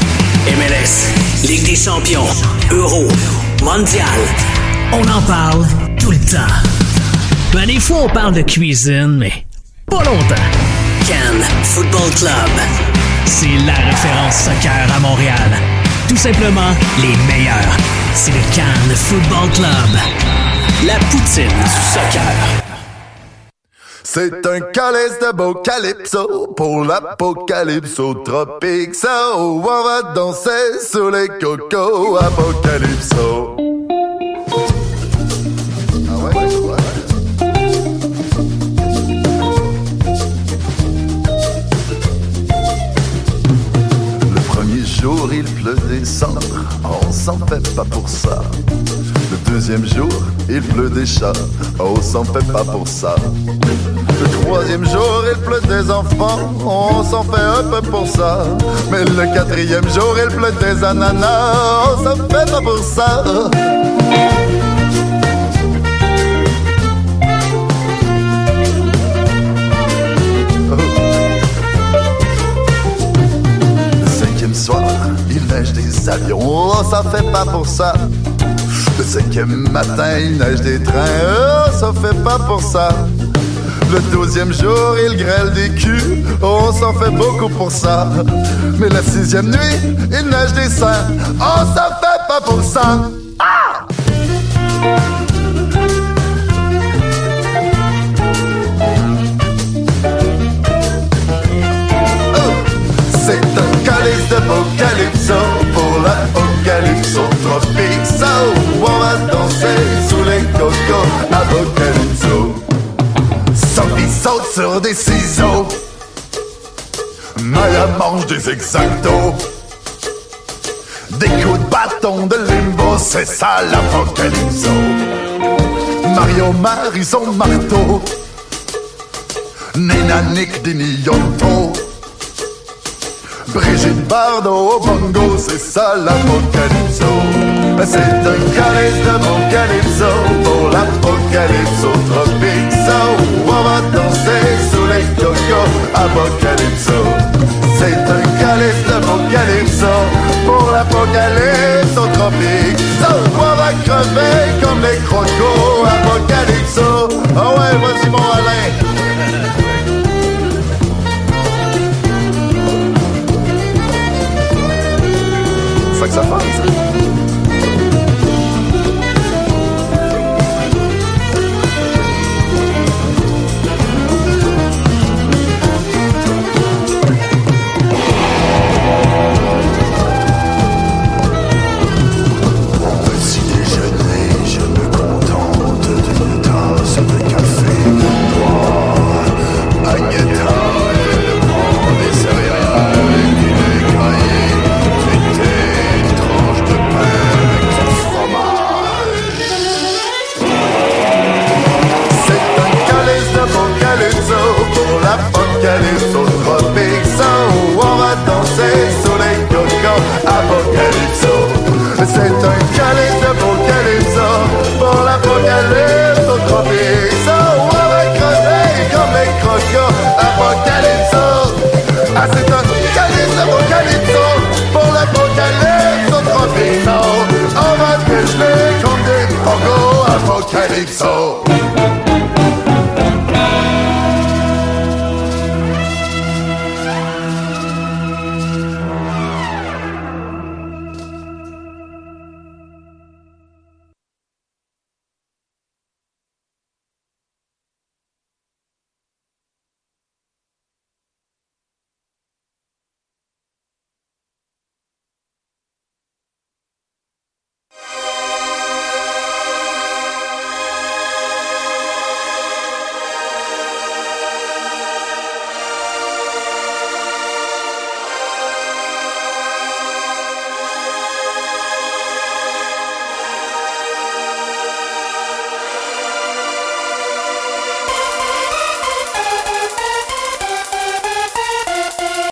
MLS, Ligue des champions, Euro, Mondial. On en parle tout le temps. Ben, des fois, on parle de cuisine, mais pas longtemps. Cannes Football Club. C'est la référence soccer à Montréal. Tout simplement, les meilleurs. C'est le Cannes Football Club. La poutine du soccer. C'est un calice de beau calypso pour l'apocalypso tropique. Ça, on va danser sous les cocos apocalypso. Jour, il pleut des cendres, on s'en fait pas pour ça. Le deuxième jour, il pleut des chats, on s'en fait pas pour ça. Le troisième jour, il pleut des enfants, on s'en fait un peu pour ça. Mais le quatrième jour, il pleut des ananas, on s'en fait pas pour ça. Soir, il neige des avions, oh, ça fait pas pour ça. Le 5e matin, il neige des trains, oh, ça fait pas pour ça. Le 12e jour, il grêle des culs, oh, on s'en fait beaucoup pour ça. Mais la 6e nuit, il neige des seins, oh, ça fait pas pour ça. Ah! C'est un calice de beau calypso pour l'apocalypso tropique. Ça, on va danser sous les cocos apocalypso. Sophie saute sur des ciseaux, Maya mange des exactos. Des coups de bâton de limbo, c'est ça l'apocalypso. Mario marie son marteau, Nina Nick Diniyonto. Brigitte Bardot au bongo, c'est ça l'apocalypso. C'est un calice de bon calypso pour l'apocalypso tropique. Ça, on va danser sous les cocos apocalypso. C'est un calice de bon calypso pour l'apocalypso tropique. Ça, on va crever comme les crocos apocalypso. Oh ouais, vas-y mon Alain. Que ça fasse. Calypso.